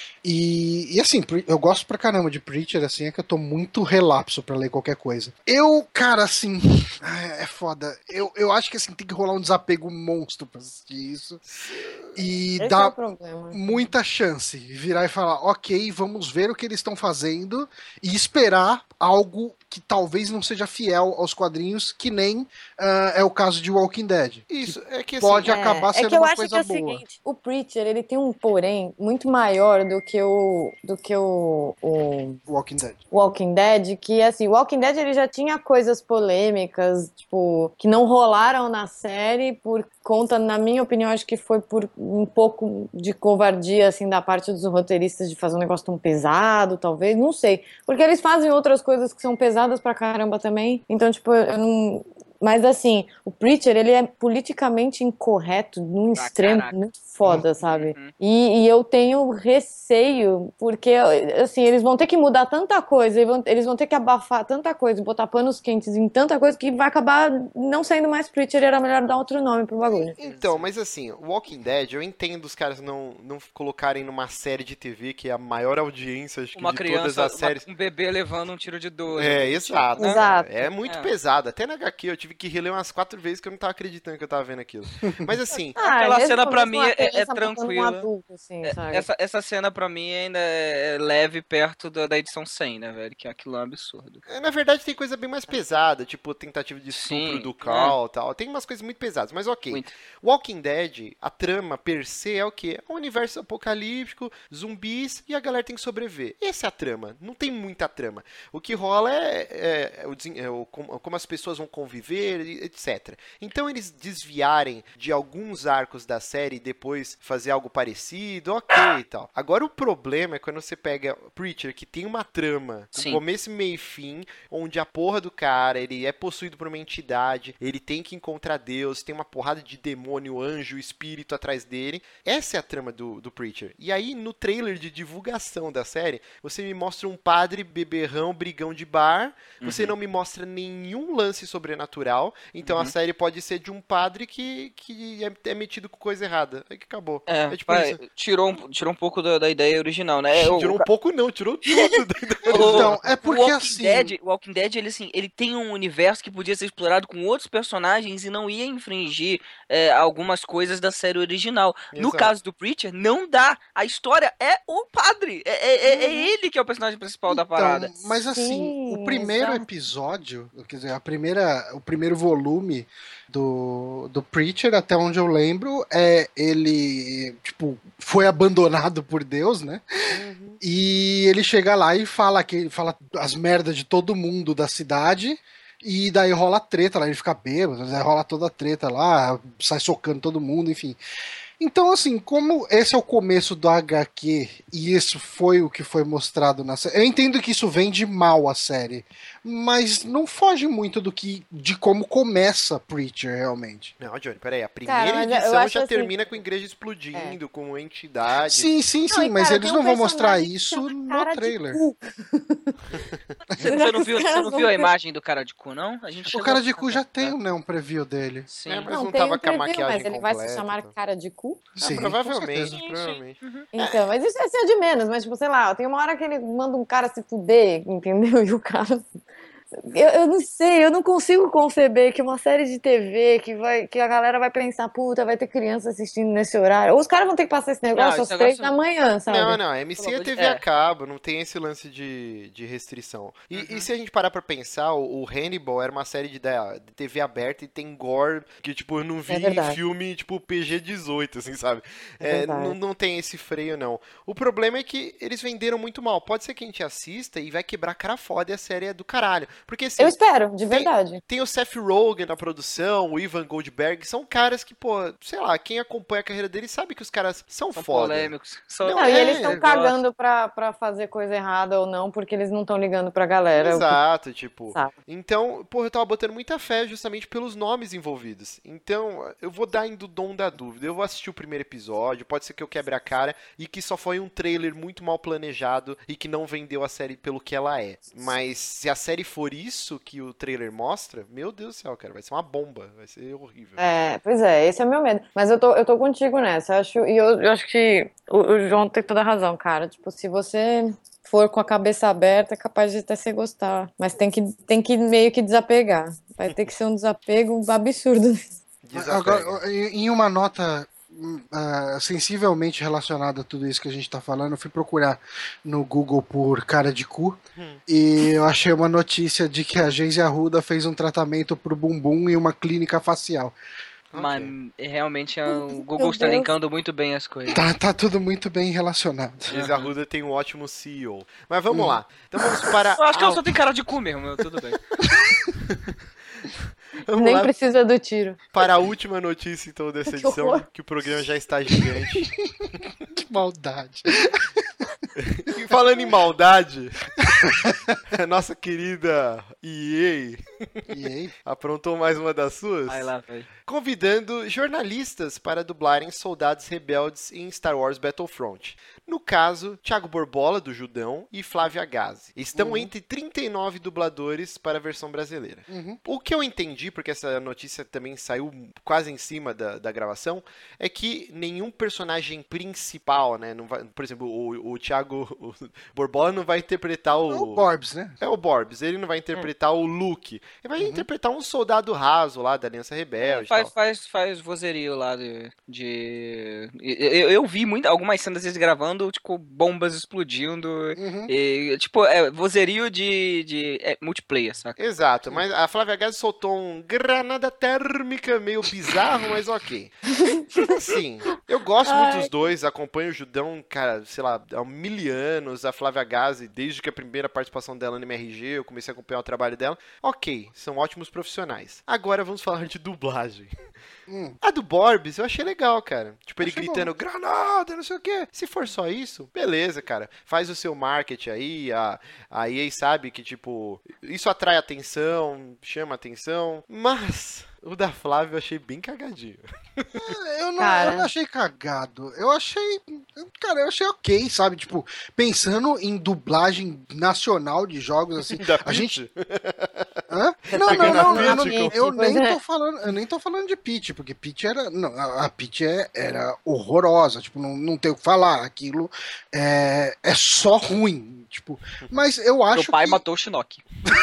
E assim, eu gosto pra caramba de Preacher, assim, é que eu tô muito relapso pra ler qualquer coisa. Cara, assim, é foda. Eu acho que assim, tem que rolar um desapego monstro pra assistir isso. E dar muita chance. Virar e falar, ok, vamos ver o que eles estão fazendo e esperar algo que talvez não seja fiel aos quadrinhos, que nem é o caso de Walking Dead. Isso, é que assim, pode acabar sendo uma coisa boa. Que é o seguinte, o Preacher, ele tem um porém muito maior do que o Walking Dead, que assim, o Walking Dead ele já tinha coisas polêmicas, tipo, que não rolaram na série por conta, na minha opinião, acho que foi por um pouco de covardia, assim, da parte dos roteiristas de fazer um negócio tão pesado, talvez, não sei. Porque eles fazem outras coisas que são pesadas pra caramba também, então, tipo, eu não... Mas assim, o Preacher, ele é politicamente incorreto num extremo muito foda, sabe? E eu tenho receio, porque assim, eles vão ter que mudar tanta coisa, eles vão ter que abafar tanta coisa, botar panos quentes em tanta coisa que vai acabar não sendo mais Preacher, era melhor dar outro nome pro bagulho. Então, mas assim, Walking Dead, eu entendo os caras não colocarem numa série de TV que é a maior audiência, acho que uma de criança, todas as séries. Um bebê levando um tiro de 12. Exato. Exato. É muito pesado. Até na HQ eu tive que reler umas 4 vezes que eu não tava acreditando que eu tava vendo aquilo. Mas assim... aquela cena pra mim é tranquila. Adulto, assim, essa cena pra mim ainda é leve perto da edição 100, né, velho? Que aquilo é um absurdo. Na verdade tem coisa bem mais pesada, tipo tentativa de estupro do Carl e tal. Tem umas coisas muito pesadas, mas ok. Muito. Walking Dead, a trama per se é o quê? É um universo apocalíptico, zumbis e a galera tem que sobreviver. Essa é a trama. Não tem muita trama. O que rola como as pessoas vão conviver, etc. Então eles desviarem de alguns arcos da série e depois fazer algo parecido, ok e tal. Agora o problema é quando você pega Preacher, que tem uma trama, com começo, meio e fim, onde a porra do cara, ele é possuído por uma entidade, ele tem que encontrar Deus, tem uma porrada de demônio, anjo, espírito atrás dele. Essa é a trama do Preacher. E aí, no trailer de divulgação da série, você me mostra um padre beberrão, brigão de bar, você não me mostra nenhum lance sobrenatural, então a série pode ser de um padre que é metido com coisa errada. Aí que acabou. Tipo tirou um pouco da ideia original, né? Tirou um pouco não, tirou tudo da ideia original. Então, é porque o Walking Dead, ele tem um universo que podia ser explorado com outros personagens e não ia infringir algumas coisas da série original. Exato. No caso do Preacher, não dá. A história é o padre. É ele que é o personagem principal da parada. Mas assim, o primeiro episódio, quer dizer, o primeiro volume do Preacher, até onde eu lembro, ele, tipo, foi abandonado por Deus, né? E ele chega lá e fala as merdas de todo mundo da cidade. E daí rola treta lá, ele fica bêbado, daí rola toda a treta lá, sai socando todo mundo, enfim. Então, assim, como esse é o começo do HQ e isso foi o que foi mostrado na série, eu entendo que isso vende mal a série, mas não foge muito de como começa Preacher, realmente. Não, Johnny, peraí, a primeira edição já termina com a igreja explodindo, com entidade. Sim, mas eles não vão mostrar isso no trailer. Você não viu a imagem do cara de cu, não? O cara de cu já tem, né, um preview dele. Sim, mas não tava com a maquiagem mas ele vai se chamar cara de cu? cu? Sim, com provavelmente, certeza. provavelmente. Então, mas isso é ser de menos, mas tipo, sei lá, tem uma hora que ele manda um cara se fuder, entendeu? E o cara. Eu não sei, eu não consigo conceber que uma série de TV que a galera vai pensar, puta, vai ter criança assistindo nesse horário. Ou os caras vão ter que passar esse negócio às esse 3 negócio- da manhã, sabe? Não, a MC Pelo é amor de- TV a é. cabo, não tem esse lance de restrição. E se a gente parar pra pensar, o Hannibal era uma série de TV aberta e tem gore que, tipo, eu não vi É em verdade. filme, tipo, PG-18, assim, sabe? É verdade. Não tem esse freio, não. O problema é que eles venderam muito mal. Pode ser que a gente assista e vai quebrar cara foda e a série é do caralho. Porque, assim, Eu espero, de verdade. tem o Seth Rogen na produção, o Ivan Goldberg, são caras que, pô, sei lá, quem acompanha a carreira deles sabe que os caras são São foda. polêmicos. Não, e eles É, estão eu cagando pra fazer coisa errada ou não, porque eles não estão ligando pra galera. Exato, tipo. Sabe? Então, pô, eu tava botando muita fé justamente pelos nomes envolvidos. Então, eu vou dar indo o dom da dúvida. Eu vou assistir o primeiro episódio, pode ser que eu quebre a cara e que só foi um trailer muito mal planejado e que não vendeu a série pelo que ela é. Mas se a série for isso que o trailer mostra, meu Deus do céu, cara, vai ser uma bomba, vai ser horrível. É, pois é, esse é o meu medo. Mas eu tô contigo nessa. Eu acho que o João tem toda a razão, cara. Tipo, se você for com a cabeça aberta, é capaz de até você gostar. Mas tem que meio que desapegar. Vai ter que ser um desapego absurdo. Desapega. Agora, em uma nota sensivelmente relacionada a tudo isso que a gente tá falando, eu fui procurar no Google por cara de cu e eu achei uma notícia de que a Geise Arruda fez um tratamento pro bumbum em uma clínica facial. Mas realmente o Google Meu está Deus. linkando muito bem as coisas. Tá tudo muito bem relacionado. Geise Arruda tem um ótimo CEO. Mas vamos lá. Então vamos para. Eu acho que ela só tem cara de cu mesmo, tudo bem. Vamos Nem lá precisa do tiro. para a última notícia, então, dessa Que edição, horror. que o programa já está gigante. Que maldade. E falando em maldade, a nossa querida EA E aí? aprontou mais uma das suas, Vai lá, vai. convidando jornalistas para dublarem soldados rebeldes em Star Wars Battlefront. No caso, Thiago Borbola, do Judão, e Flávia Gazi. Estão entre 39 dubladores para a versão brasileira. O que eu entendi, porque essa notícia também saiu quase em cima da gravação, é que nenhum personagem principal, né? Não vai, por exemplo, o Thiago Borbola não vai interpretar O Borbs, né? É o Borbs, ele não vai interpretar o Luke. Ele vai interpretar um soldado raso lá da Aliança Rebelde. e tal. Faz vozerio lá Eu vi algumas cenas deles gravando, tipo, bombas explodindo. E, tipo, vozerio de multiplayer, saca? Exato, mas a Flávia Gazi soltou um granada térmica meio bizarro, mas ok. Assim, eu gosto muito dos dois, acompanho o Judão, cara, sei lá, há 1000 anos, a Flávia Gazi, desde que a primeira participação dela no MRG, eu comecei a acompanhar o trabalho dela. Ok, são ótimos profissionais. Agora vamos falar de dublagem. A do Borbs eu achei legal, cara. Tipo, ele gritando, granada, não sei o quê. Se for só isso, beleza, cara. Faz o seu marketing aí, a EA sabe que, tipo, isso atrai atenção, chama atenção, mas o da Flávia eu achei bem cagadinho. Eu não Cara. achei cagado. Eu achei ok, sabe? Tipo, pensando em dublagem nacional de jogos assim. Da A gente. Peach? Hã? Você Não, tá não, não, ganhando não, Peach, eu pois nem é. tô falando, eu nem tô falando de Peach, porque Peach era, não, a Peach era horrorosa, tipo, não tem o que falar, aquilo é só ruim, tipo, mas eu acho Meu pai que matou o Shinnok.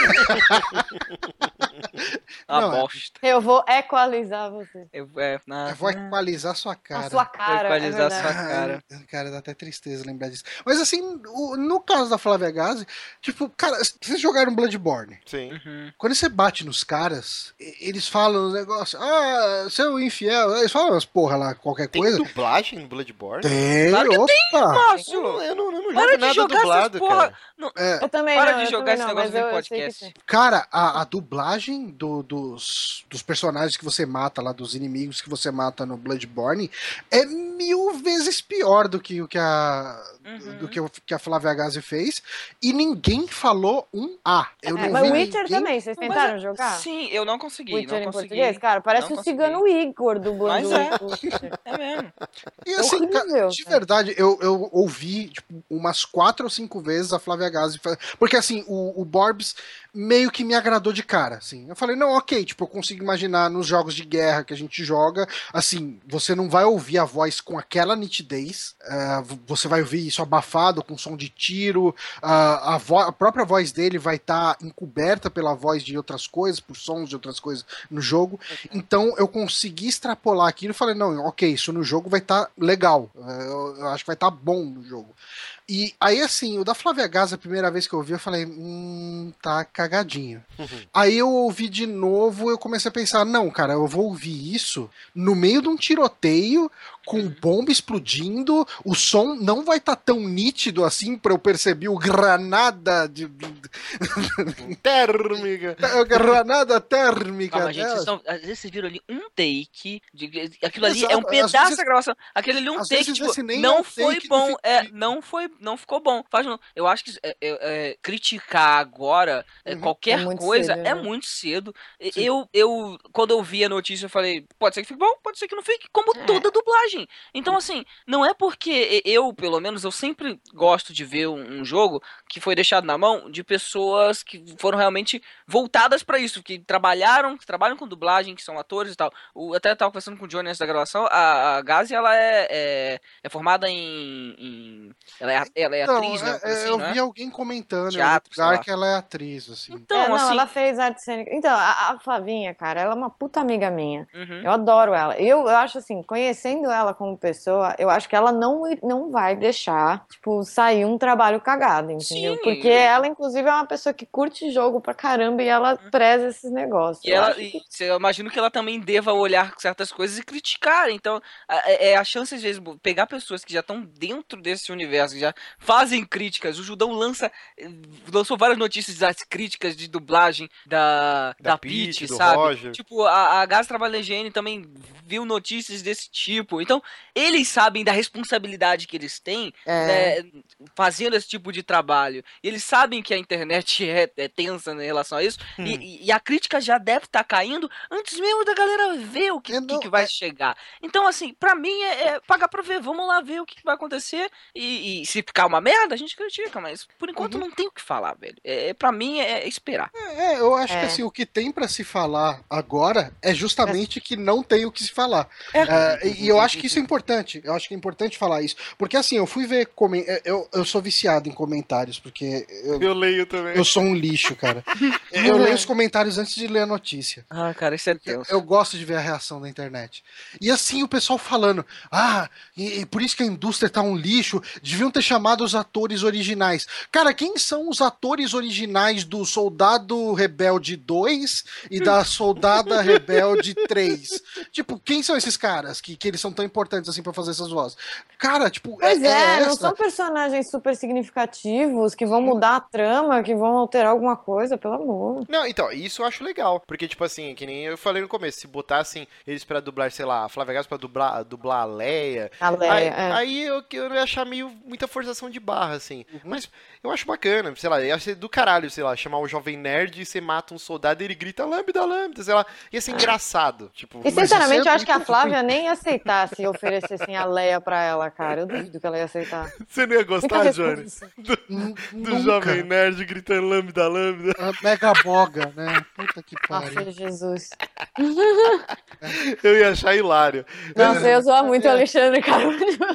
Uma Não, bosta. Eu vou equalizar você. eu vou equalizar sua cara. A sua cara, é equalizar verdade. sua cara. Ai, cara, dá até tristeza lembrar disso. Mas assim, no caso da Flávia Gazi, tipo, cara, vocês jogaram Bloodborne. Sim. Quando você bate nos caras, eles falam os negócios, seu infiel, eles falam umas porra lá, qualquer Tem coisa. dublagem no Bloodborne? Tem, Claro que opa! Eu não jogo Para de nada jogar dublado, essas porra. cara. Não, Eu também Para não, de eu jogar também esse não, negócio mas no eu sei que podcast. tem. Cara, a dublagem dos personagens que você mata lá, dos inimigos que você mata no Bloodborne, é 1000 vezes pior do que o que a Flávia Gazi fez, e ninguém falou um A. Eu não Mas vi o Witcher ninguém... também, vocês têm tentaram jogar? Sim, eu não consegui. Witcher Não em consegui. português? Cara, parece Não o Cigano Igor dublando Mas é. o Witcher. É mesmo. E assim, horrível, de cara. verdade, eu ouvi tipo, umas 4 ou 5 vezes a Flávia Gazi. Porque assim, o Borbs meio que me agradou de cara, assim. Eu falei, não, ok, tipo, eu consigo imaginar nos jogos de guerra que a gente joga, assim, você não vai ouvir a voz com aquela nitidez, você vai ouvir isso abafado, com som de tiro, a própria voz dele vai estar encoberta pela voz de outras coisas, por sons de outras coisas no jogo. Então eu consegui extrapolar aquilo e falei, não, ok, isso no jogo vai estar legal, eu acho que vai estar bom no jogo. E aí, assim, o da Flávia Gaza, a primeira vez que eu ouvi, eu falei, tá cagadinho. Aí eu ouvi de novo, eu comecei a pensar, não, cara, eu vou ouvir isso no meio de um tiroteio, com bomba explodindo, o som não vai estar tão nítido assim pra eu perceber o granada Térmica. granada térmica. Calma, gente, dela. às vezes vocês viram ali um take, aquilo ali Exato, é um às pedaço vezes- da gravação, aquele ali é um às take, vezes tipo, esse nem é não um foi take do bom, Felipe. não ficou bom. Eu acho que criticar agora qualquer É muito coisa cedo, é né? muito cedo. Sim. Quando eu vi a notícia, eu falei, pode ser que fique bom, pode ser que não fique, como toda dublagem. Então, assim, não é porque pelo menos, eu sempre gosto de ver um jogo que foi deixado na mão de pessoas que foram realmente voltadas pra isso, que trabalham com dublagem, que são atores e tal. Até tava conversando com o Johnny antes da gravação, a Gazi, ela é formada ela é Então, atriz, né? Assim, eu não é? vi alguém comentando em algum Teatro, sei lugar lá. que ela é atriz, assim. Então, Não, assim... ela fez arte cênica. Então, a Flavinha, cara, ela é uma puta amiga minha. Uhum. Eu adoro ela. Eu acho assim, conhecendo ela como pessoa, eu acho que ela não vai deixar, tipo, sair um trabalho cagado, entendeu? Sim. Porque ela, inclusive, é uma pessoa que curte jogo pra caramba e ela preza esses negócios. E Eu ela, acho que... eu imagino que ela também deva olhar certas coisas e criticar. Então, a chance, às vezes, pegar pessoas que já estão dentro desse universo, que já fazem críticas. O Judão lançou várias notícias das críticas de dublagem da Peach, do sabe? Roger. Tipo, a Gaz Trabalha GN também viu notícias desse tipo. Então, eles sabem da responsabilidade que eles têm né, fazendo esse tipo de trabalho. Eles sabem que a internet é tensa em relação a isso. E a crítica já deve estar caindo antes mesmo da galera ver o que vai chegar. Então, assim, pra mim é pagar pra ver. Vamos lá ver o que vai acontecer. E se ficar uma merda, a gente critica. Mas por enquanto não tem o que falar, velho. Pra mim é esperar. Eu acho que assim, o que tem pra se falar agora é justamente que não tem o que se falar. E eu acho que isso é importante. Eu acho que é importante falar isso. Porque assim, eu fui ver. Eu sou viciado em comentários, porque eu leio também. Eu sou um lixo, cara. Eu leio os comentários antes de ler a notícia. Ah, cara, isso é tenso. Eu gosto de ver a reação da internet. E assim, o pessoal falando, e por isso que a indústria tá um lixo, deviam ter chamado os atores originais. Cara, quem são os atores originais do Soldado Rebelde 2 e da Soldada Rebelde 3? Tipo, quem são esses caras que eles são tão importantes assim pra fazer essas vozes? Cara, tipo, Pois não essa. são personagens super significativos que vão mudar a trama, que vão alterar alguma coisa, pelo amor. Não, então, isso eu acho legal. Porque, tipo assim, que nem eu falei no começo, se botassem eles pra dublar, sei lá, a Flávia Gaza pra dublar a Leia. A Leia, aí eu ia achar muita forçação de barra, assim. Mas eu acho bacana, sei lá, ia ser do caralho, sei lá, chamar o Jovem Nerd e você mata um soldado e ele grita lambda, lambda, sei lá. Ia ser engraçado. Tipo, E sinceramente, isso é eu acho que a muito Flávia nem ia aceitar se oferecessem a Leia pra ela, cara. Eu duvido que ela ia aceitar. você não ia gostar, Muita Johnny? resposta. Do Jovem Nerd gritando lambda, lambda. Mega boga, né? Puta que Ah, pariu. filho de Jesus. Eu ia achar hilário. Nossa, eu zoa muito o Alexandre, cara.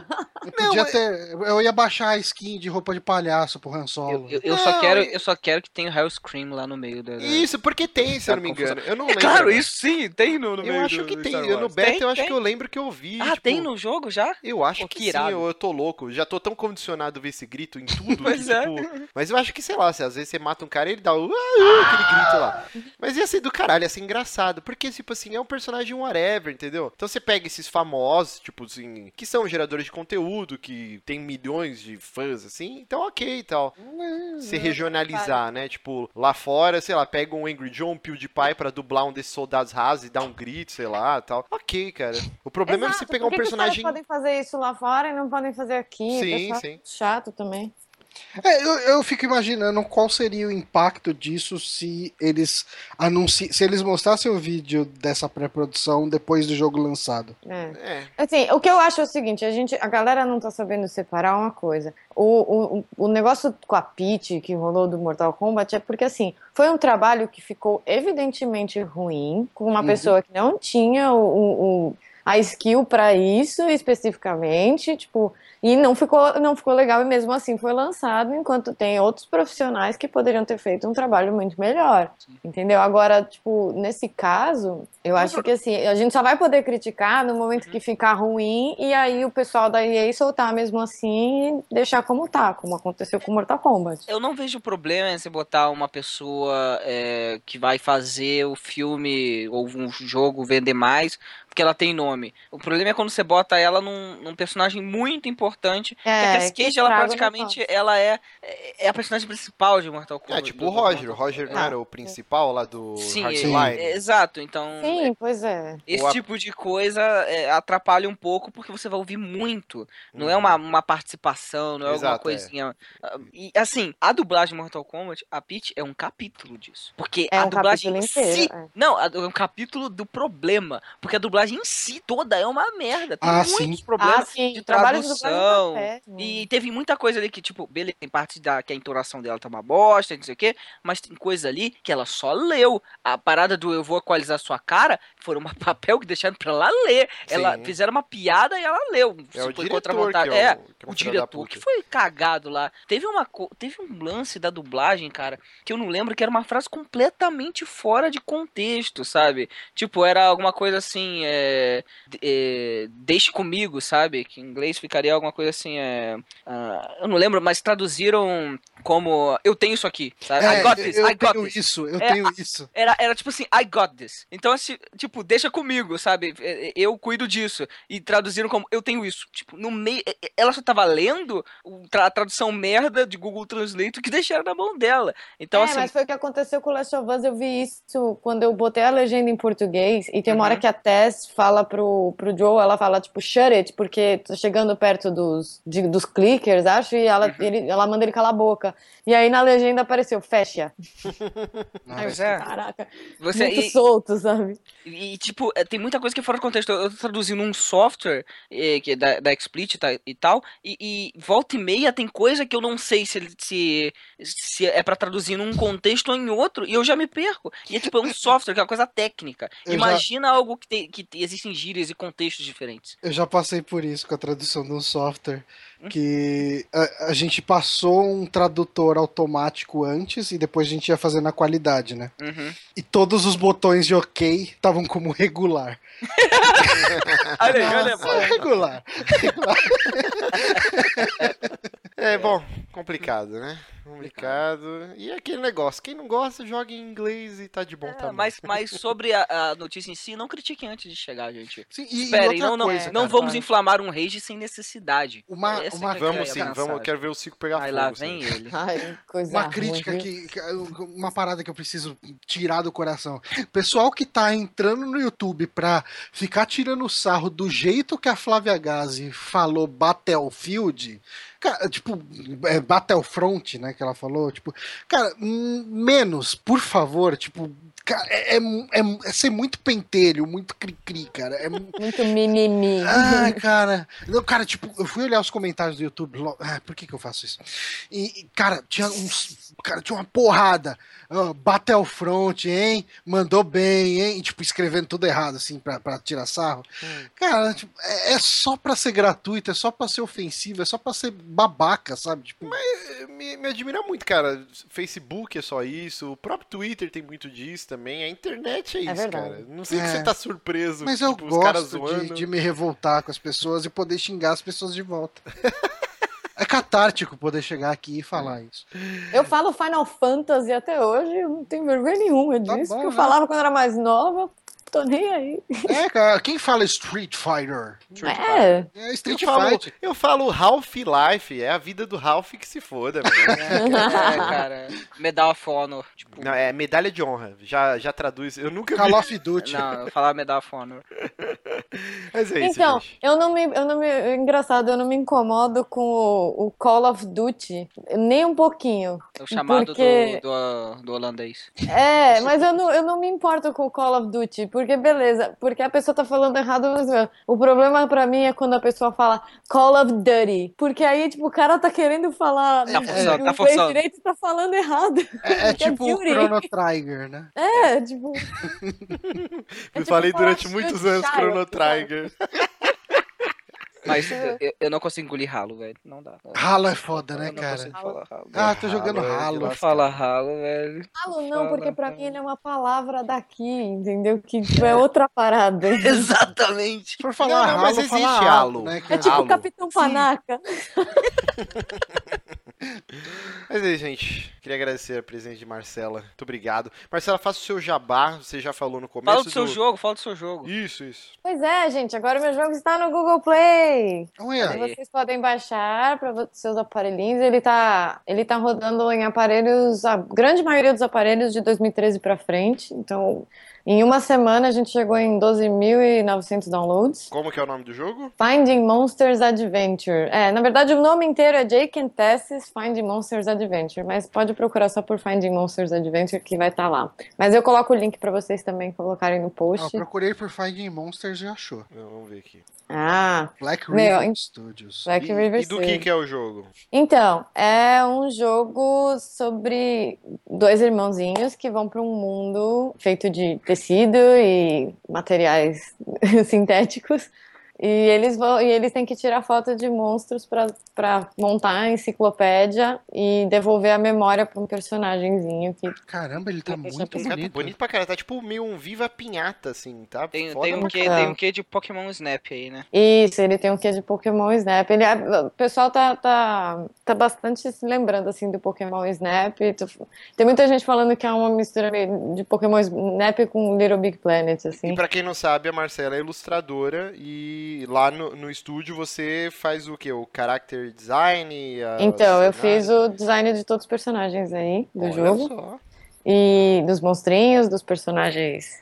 Eu ia baixar a skin de roupa de palhaço pro Han Solo. Eu só quero que tenha o Hellscream lá no meio da... Isso, porque tem, se eu não me engano. Eu não lembro. Claro, agora. isso sim, tem no meio Eu acho que do tem. Star No Wars. beta eu acho que eu lembro que eu vi. Ah, tipo, tem no jogo já? Eu acho Pô, que que sim, irado. eu tô louco. Já tô tão condicionado a ver esse grito em tudo. Pois que, é. tipo, mas eu acho que, sei lá, se às vezes você mata um cara e ele dá aquele grito lá. Mas ia ser do caralho, ia ser engraçado. Porque, tipo assim, é um personagem whatever, entendeu? Então você pega esses famosos, tipo assim, que são geradores de conteúdo, que tem milhões de fãs, assim, então ok e tal. Se regionalizar, né? Tipo, lá fora, sei lá, pega um Angry John, PewDiePie pra dublar um desses soldados rasos e dar um grito, sei lá, tal. Ok, cara. O problema é você pegar um personagem... Por que os caras podem fazer isso lá fora e não podem fazer aqui? Sim, É só sim. chato também. Eu fico imaginando qual seria o impacto disso se eles se eles mostrassem o vídeo dessa pré-produção depois do jogo lançado. Assim, o que eu acho é o seguinte, a galera não tá sabendo separar uma coisa. O negócio com a Peach que rolou do Mortal Kombat é porque, assim, foi um trabalho que ficou evidentemente ruim, com uma pessoa que não tinha a skill pra isso especificamente, tipo, e não ficou legal, e mesmo assim foi lançado, enquanto tem outros profissionais que poderiam ter feito um trabalho muito melhor, entendeu? Agora, tipo, nesse caso, eu acho que, assim, a gente só vai poder criticar no momento que ficar ruim, e aí o pessoal da EA soltar mesmo assim e deixar como tá, como aconteceu com Mortal Kombat. Eu não vejo problema em você botar uma pessoa que vai fazer o filme ou um jogo vender mais, porque ela tem nome. O problema é quando você bota ela num personagem muito importante, que a Cassie Cage, ela praticamente é a personagem principal de Mortal Kombat. Tipo o Roger. O Roger não era o principal lá do Hardline? Exato. Então, sim, pois é. Esse tipo de coisa atrapalha um pouco, porque você vai ouvir muito. Não é uma participação, não é alguma coisinha. E assim, a dublagem de Mortal Kombat, a Peach é um capítulo disso. Porque a dublagem em si. Não, é um capítulo do problema. Porque a dublagem em si toda é uma merda. Tem muitos problemas de tradução. E teve muita coisa ali que, tipo, beleza, tem parte que a entonação dela tá uma bosta, não sei o quê, mas tem coisa ali que ela só leu. A parada do eu vou equalizar sua cara foram um papel que deixaram pra ela ler. Ela fizeram uma piada e ela leu. O diretor o diretor que foi cagado lá. Teve um lance da dublagem, cara, que eu não lembro, que era uma frase completamente fora de contexto, sabe? Tipo, era alguma coisa assim, deixe comigo, sabe? Que em inglês ficaria alguma coisa assim, eu não lembro, mas traduziram como eu tenho isso aqui, sabe? I got this, I got this. Eu tenho isso. Era tipo assim, I got this. Então, assim, tipo, deixa comigo, sabe? Eu cuido disso. E traduziram como eu tenho isso. Tipo, no meio. Ela só tava lendo a tradução merda de Google Translate que deixaram na mão dela. Então, assim. Mas foi o que aconteceu com o Last of Us. Eu vi isso quando eu botei a legenda em português. E tem uma hora que a Tess fala pro Joe, ela fala, tipo, shut it, porque tá chegando perto dos clickers, acho, e ela manda ele calar a boca. E aí na legenda apareceu, fecha. Caraca. Muito solto, sabe? E, tipo, tem muita coisa que é fora do contexto. Eu tô traduzindo um software que é da XSplit e tal, e volta e meia tem coisa que eu não sei se é pra traduzir num contexto ou em outro, e eu já me perco. E é tipo, é um software, que é uma coisa técnica. Imagina algo que existem gírias e contextos diferentes. Eu já passei por isso com a tradução de um software, que a gente passou um tradutor automático antes e depois a gente ia fazer na qualidade, né? E todos os botões de OK estavam como regular. Olha, regular. Bom, complicado, né? Complicado. E aquele negócio, quem não gosta, joga em inglês e tá de bom tamanho. Mas sobre a notícia em si, não critiquem antes de chegar, gente. Sim, esperem, não vamos inflamar um rage sem necessidade. Vamos sim, eu quero ver o Cico pegar fogo. Lá vem ele. Uma crítica uma parada que eu preciso tirar do coração. Pessoal que tá entrando no YouTube pra ficar tirando sarro do jeito que a Flávia Gazi falou Battlefield, cara, tipo, Battlefront, né, que ela falou, tipo, cara, menos, por favor, tipo, cara, é ser muito pentelho, muito cri-cri, cara. Muito mimimi. Cara. Não, cara, tipo, eu fui olhar os comentários do YouTube. Por que eu faço isso? E cara, tinha uma porrada. Battlefront, hein? Mandou bem, hein? E, tipo, escrevendo tudo errado, assim, pra tirar sarro. Cara, tipo, é só pra ser gratuito, é só pra ser ofensivo, é só pra ser babaca, sabe? Tipo, mas me admira muito, cara. Facebook é só isso, o próprio Twitter tem muito disso também, a internet é isso, cara. Não sei se você tá surpreso. Mas eu gosto de me revoltar com as pessoas e poder xingar as pessoas de volta. É catártico poder chegar aqui e falar isso. Eu falo Final Fantasy até hoje, eu não tenho vergonha nenhuma disso, porque eu falava quando era mais nova, tô nem aí. Cara, quem fala Street Fighter? Street Fighter. Eu falo Half-Life, é a vida do Ralph que se foda, mano. Cara, Medal of Honor. Tipo... Não, medalha de honra, já traduz, eu nunca Call of Duty. Não, eu falava Medal of Honor. Mas é isso, Então, gente. engraçado, eu não me incomodo com o Call of Duty, nem um pouquinho. É o chamado Porque- do holandês. Mas eu não me importo com o Call of Duty, porque beleza, porque a pessoa tá falando errado, mas o problema pra mim é quando a pessoa fala Call of Duty, porque aí, tipo, o cara tá querendo falar Tá forçando, o tá inglês forçando. direito e tá falando errado. É Que é tipo o Duty. Chrono Trigger, né? Tipo... Eu tipo falei falar durante muitos anos Child, Chrono sabe? Trigger. Mas eu não consigo engolir ralo, velho. Não dá. Halo é foda, né, Eu não cara? consigo falar ralo. Ah, tô jogando Halo é de Halo. Não lascar. fala ralo, velho. Falo não, porque pra mim ele é uma palavra daqui, entendeu? Que tipo, é outra parada. Exatamente. Se for falar Não, mas Halo, fala existe Halo, Halo. né, É cara? tipo Halo. Capitão Panaca. Mas aí, gente, queria agradecer a presença de Marcela. Muito obrigado. Marcela, faça o seu jabá, você já falou no começo. Fala do seu jogo, fala do seu jogo. Isso. Pois é, gente, agora meu jogo está no Google Play. Olha, Aí. Vocês podem baixar para seus aparelhinhos. Ele tá rodando em aparelhos, a grande maioria dos aparelhos de 2013 para frente. Então, em uma semana a gente chegou em 12.900 downloads. Como que é o nome do jogo? Finding Monsters Adventure. Na verdade o nome inteiro é Jake and Tess's Finding Monsters Adventure, mas pode procurar só por Finding Monsters Adventure que vai estar lá. Mas eu coloco o link para vocês também colocarem no post. procurei por Finding Monsters e achou. Vamos ver aqui. Black Meu, River Studios. Black River E do Studios. que é o jogo? Então, é um jogo sobre dois irmãozinhos que vão para um mundo feito de tecido e materiais sintéticos. E eles têm que tirar foto de monstros para montar a enciclopédia e devolver a memória para um personagemzinho que Caramba, ele tá Deixa muito eu Cara, tá bonito. bonito pra cara. Tá tipo meio um Viva Pinhata, assim, tá? Tem Foda um pra quê, caralho. tem um quê de Pokémon Snap aí, né? Isso, ele tem um quê de Pokémon Snap. O pessoal tá bastante se lembrando, assim, do Pokémon Snap. Tem muita gente falando que é uma mistura meio de Pokémon Snap com Little Big Planet, assim. E pra quem não sabe, a Marcela é ilustradora e lá no estúdio você faz o quê? O character design? Então, eu fiz o design de todos os personagens aí do Olha jogo. só. E dos monstrinhos, dos personagens.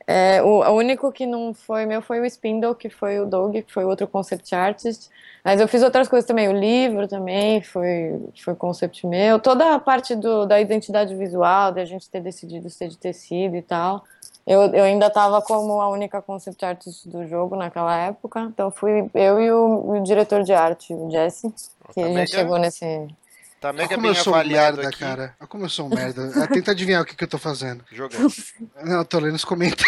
O único que não foi meu foi o Spindle, que foi o Doug, que foi outro concept artist. Mas eu fiz outras coisas também. O livro também foi concept meu. Toda a parte da identidade visual, da gente ter decidido ser de tecido e tal. Eu ainda estava como a única concept artist do jogo naquela época. Então fui eu e o diretor de arte, o Jesse, que a gente chegou nesse... Tá Olha mega como bem eu sou um avaliado merda, aqui. cara. Olha como eu sou um merda. Tenta adivinhar o que eu tô fazendo. Jogando. Não, eu tô lendo os comentários.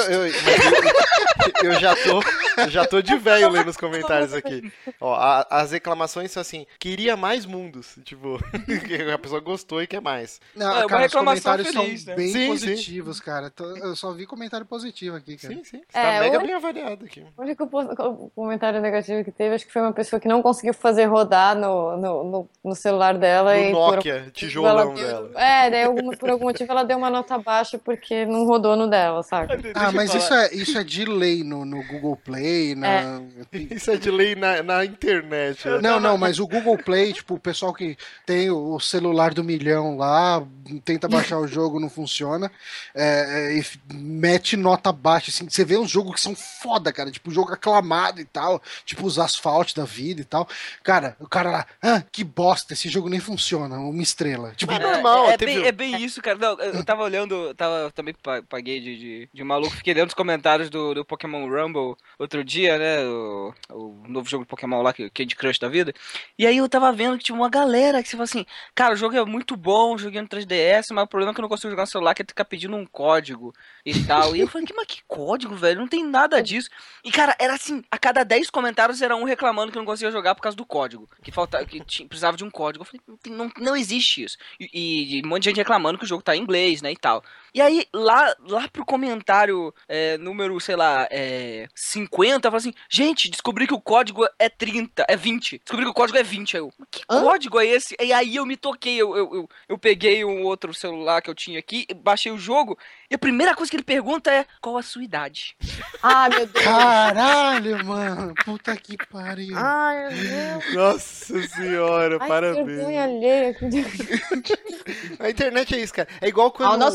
Eu já tô de velho lendo os comentários aqui. Ó, as reclamações são assim, queria mais mundos. Tipo, a pessoa gostou e quer mais. Não, É uma cara, os reclamação comentários feliz, são né? bem Sim, positivos, cara. Eu só vi comentário positivo aqui, cara. Sim. Você tá mega hoje- bem avaliado aqui. O único comentário negativo que teve, acho que foi uma pessoa que não conseguiu fazer rodar no celular dela. No E Nokia, tijolão dela. dela. Daí por algum motivo ela deu uma nota baixa porque não rodou no dela, saca? Ah, mas isso é de lei no Google Play, Isso é de lei na internet. né? Não, mas o Google Play, tipo, o pessoal que tem o celular do milhão lá, tenta baixar o jogo, não funciona, e mete nota baixa, assim, você vê uns jogos que são foda, cara, tipo, jogo aclamado e tal, tipo os Asphalt da vida e tal, cara, o cara lá, que bosta, esse jogo nem funciona, uma estrela. Tipo, Mas é normal, É bem isso, cara. Não, eu tava olhando, também paguei de maluco, fiquei lendo os comentários do Pokémon Rumble outro dia, né? O novo jogo de Pokémon lá, que é Candy Crush da vida. E aí eu tava vendo que tinha uma galera que você fala assim, cara, o jogo é muito bom, joguei no 3DS, mas o problema é que eu não consigo jogar no celular, que é ficar pedindo um código e tal. E eu falei, mas que código, velho? Não tem nada disso. E, cara, era assim, a cada 10 comentários era um reclamando que não conseguia jogar por causa do código. Precisava de um código. Eu falei, não existe isso. E um monte de gente reclamando que o jogo tá em inglês, né, e tal. E aí, lá pro comentário número, sei lá, 50, eu falei assim, gente, descobri que o código é 30, é 20. Descobri que o código é 20. Aí eu, mas que código é esse? E aí eu me toquei, eu peguei um outro celular que eu tinha aqui, baixei o jogo, e a primeira coisa que ele pergunta é, qual a sua idade? Ah, meu Deus. caralho, mano, puta que pariu. Ai, meu Deus. Nossa senhora, Ai, parabéns. que vergonha alheia. A internet é isso, cara. É igual quando... O nosso jogo, ele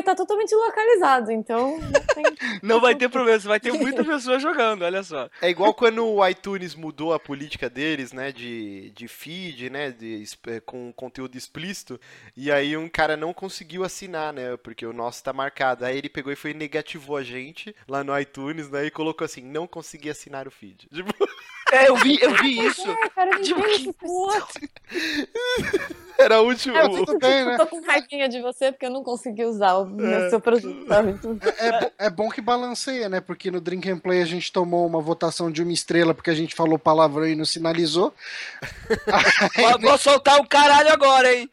tá totalmente localizado, então não tem... Não vai ter problema, você vai ter muita pessoa jogando, olha só. É igual quando o iTunes mudou a política deles, né, de feed, né, com conteúdo explícito, e aí um cara não conseguiu assinar, né, porque o nosso tá marcado. Aí ele pegou e foi e negativou a gente lá no iTunes, né, e colocou assim, não consegui assinar o feed. Tipo... Eu vi isso. Cara, Tipo, que Era o último... Tudo bem, né? Eu tô com raivinha de você porque eu não consegui usar o seu produto, sabe? É bom que balanceia, né? Porque no Drink and Play a gente tomou uma votação de 1 estrela porque a gente falou palavrão e não sinalizou. Vou soltar o caralho agora, hein?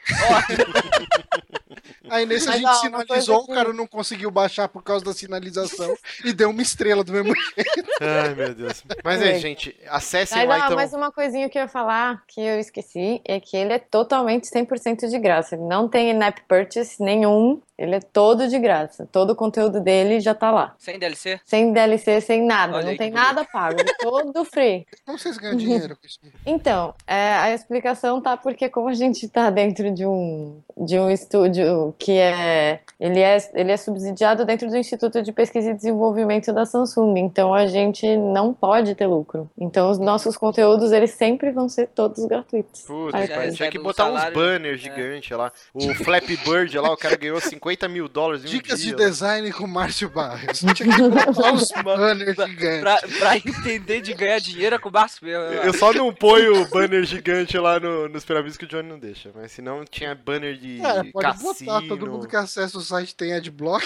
Aí nesse a Mas, gente ó, uma sinalizou, coisa o cara não conseguiu baixar por causa da sinalização e deu 1 estrela do mesmo jeito. Ai, meu Deus. Mas é, gente, acessem Aí, lá então. mais uma coisinha que eu ia falar, que eu esqueci, é que ele é totalmente 100% de graça. Ele não tem in-app purchase nenhum, ele é todo de graça. Todo o conteúdo dele já tá lá. Sem DLC? Sem DLC, sem nada. Olha não aí tem que nada pago. Todo free. Como vocês ganham dinheiro com isso? Então, a explicação tá porque como a gente tá dentro de um estúdio que ele é subsidiado dentro do Instituto de Pesquisa e Desenvolvimento da Samsung, então a gente não pode ter lucro. Então os nossos conteúdos, eles sempre vão ser todos gratuitos. Puta, Aí, pai, tinha recebe que um botar salário, uns banners gigantes lá. O Flappy Bird lá, o cara ganhou $50 mil em um Dicas dia. de design com Márcio Barros. Tinha que botar os banners gigantes. Pra entender de ganhar dinheiro é com o Barço mesmo. Eu só não ponho banner gigante lá nos Peravis que o Johnny não deixa. Mas senão tinha banner de Pode cassino. botar, todo mundo que acessa o site tem adblock.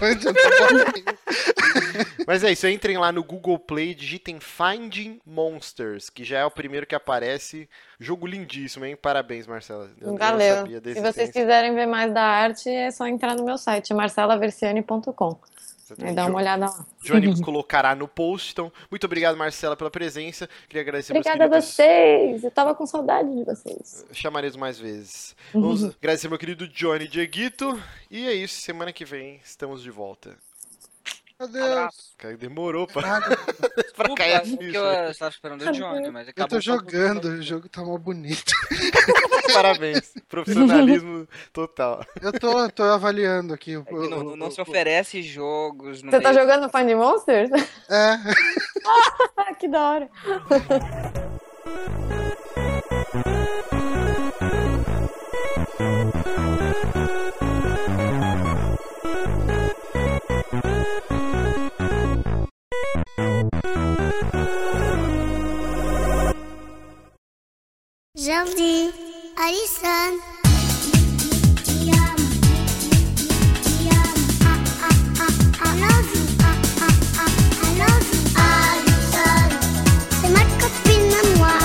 Mas é isso, entrem lá no Google Play, digitem Finding Monsters, que já é o primeiro que aparece. Jogo lindíssimo, hein? Parabéns, Marcela. Eu não Valeu. sabia da Se vocês existência. quiserem ver mais da arte, é só entrar no meu site, marcelaversiani.com. Aí dá uma olhada lá. Johnny colocará no post. Então, muito obrigado, Marcela, pela presença. Queria agradecer Obrigada a meus queridos. vocês. Eu tava com saudade de vocês. Chamaremos mais vezes. Vamos agradecer meu querido Johnny Dieguito. E é isso, semana que vem estamos de volta. Meu Deus. Cara, demorou pra Desculpa, cair a porque ficha. eu estava esperando o Johnny, mas Eu acabou. tô jogando, o jogo tá mal bonito. Parabéns. Profissionalismo total. Eu tô avaliando aqui. É que não se oferece jogos no Você tá meio- jogando Find Monsters? É. Que da hora. Jardim, Alison. C'est ma copine à moi.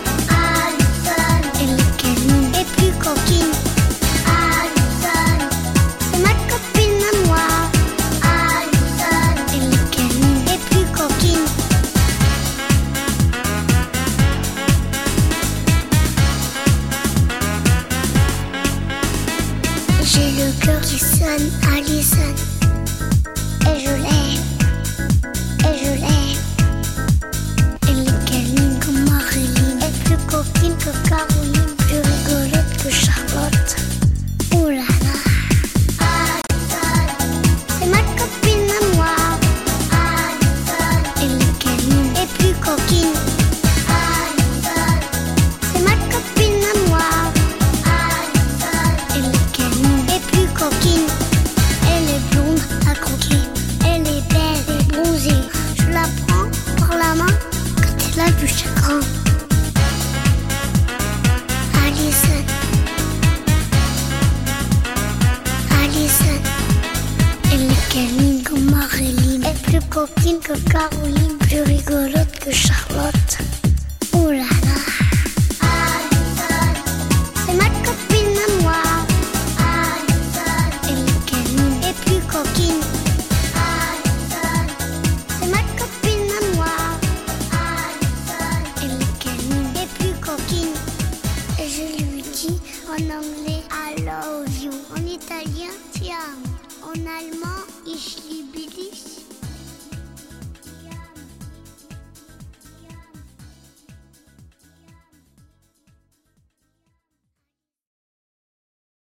Elle est câline et plus coquine. C'est ma copine à moi. Elle est câline et plus coquine. J'ai le cœur qui sonne, Alison. Et je l'aime, et je l'aime. Elle est câline comme Marilyn. Elle est plus coquine que Caroline. Plus rigolote que Charlotte. Ouh là là. C'est ma copine à moi. Elle est câline et plus coquine. C'est ma copine à moi. Elle est câline et plus coquine. Elle est blonde à croquer. Elle est belle et bronzée. Je la prends par la main quand elle a du chagrin. Alison. Alison. Elle est câline comme Marilyn. Elle est plus coquine que Caroline. Plus rigolote que Charlotte. Ouh là là. C'est ma copine à moi. Elle est câline et plus coquine. C'est ma copine à moi. Elle est câline et plus coquine. Et je lui dis en anglais I love you. En italien ti amo. En allemand ich liebe dich.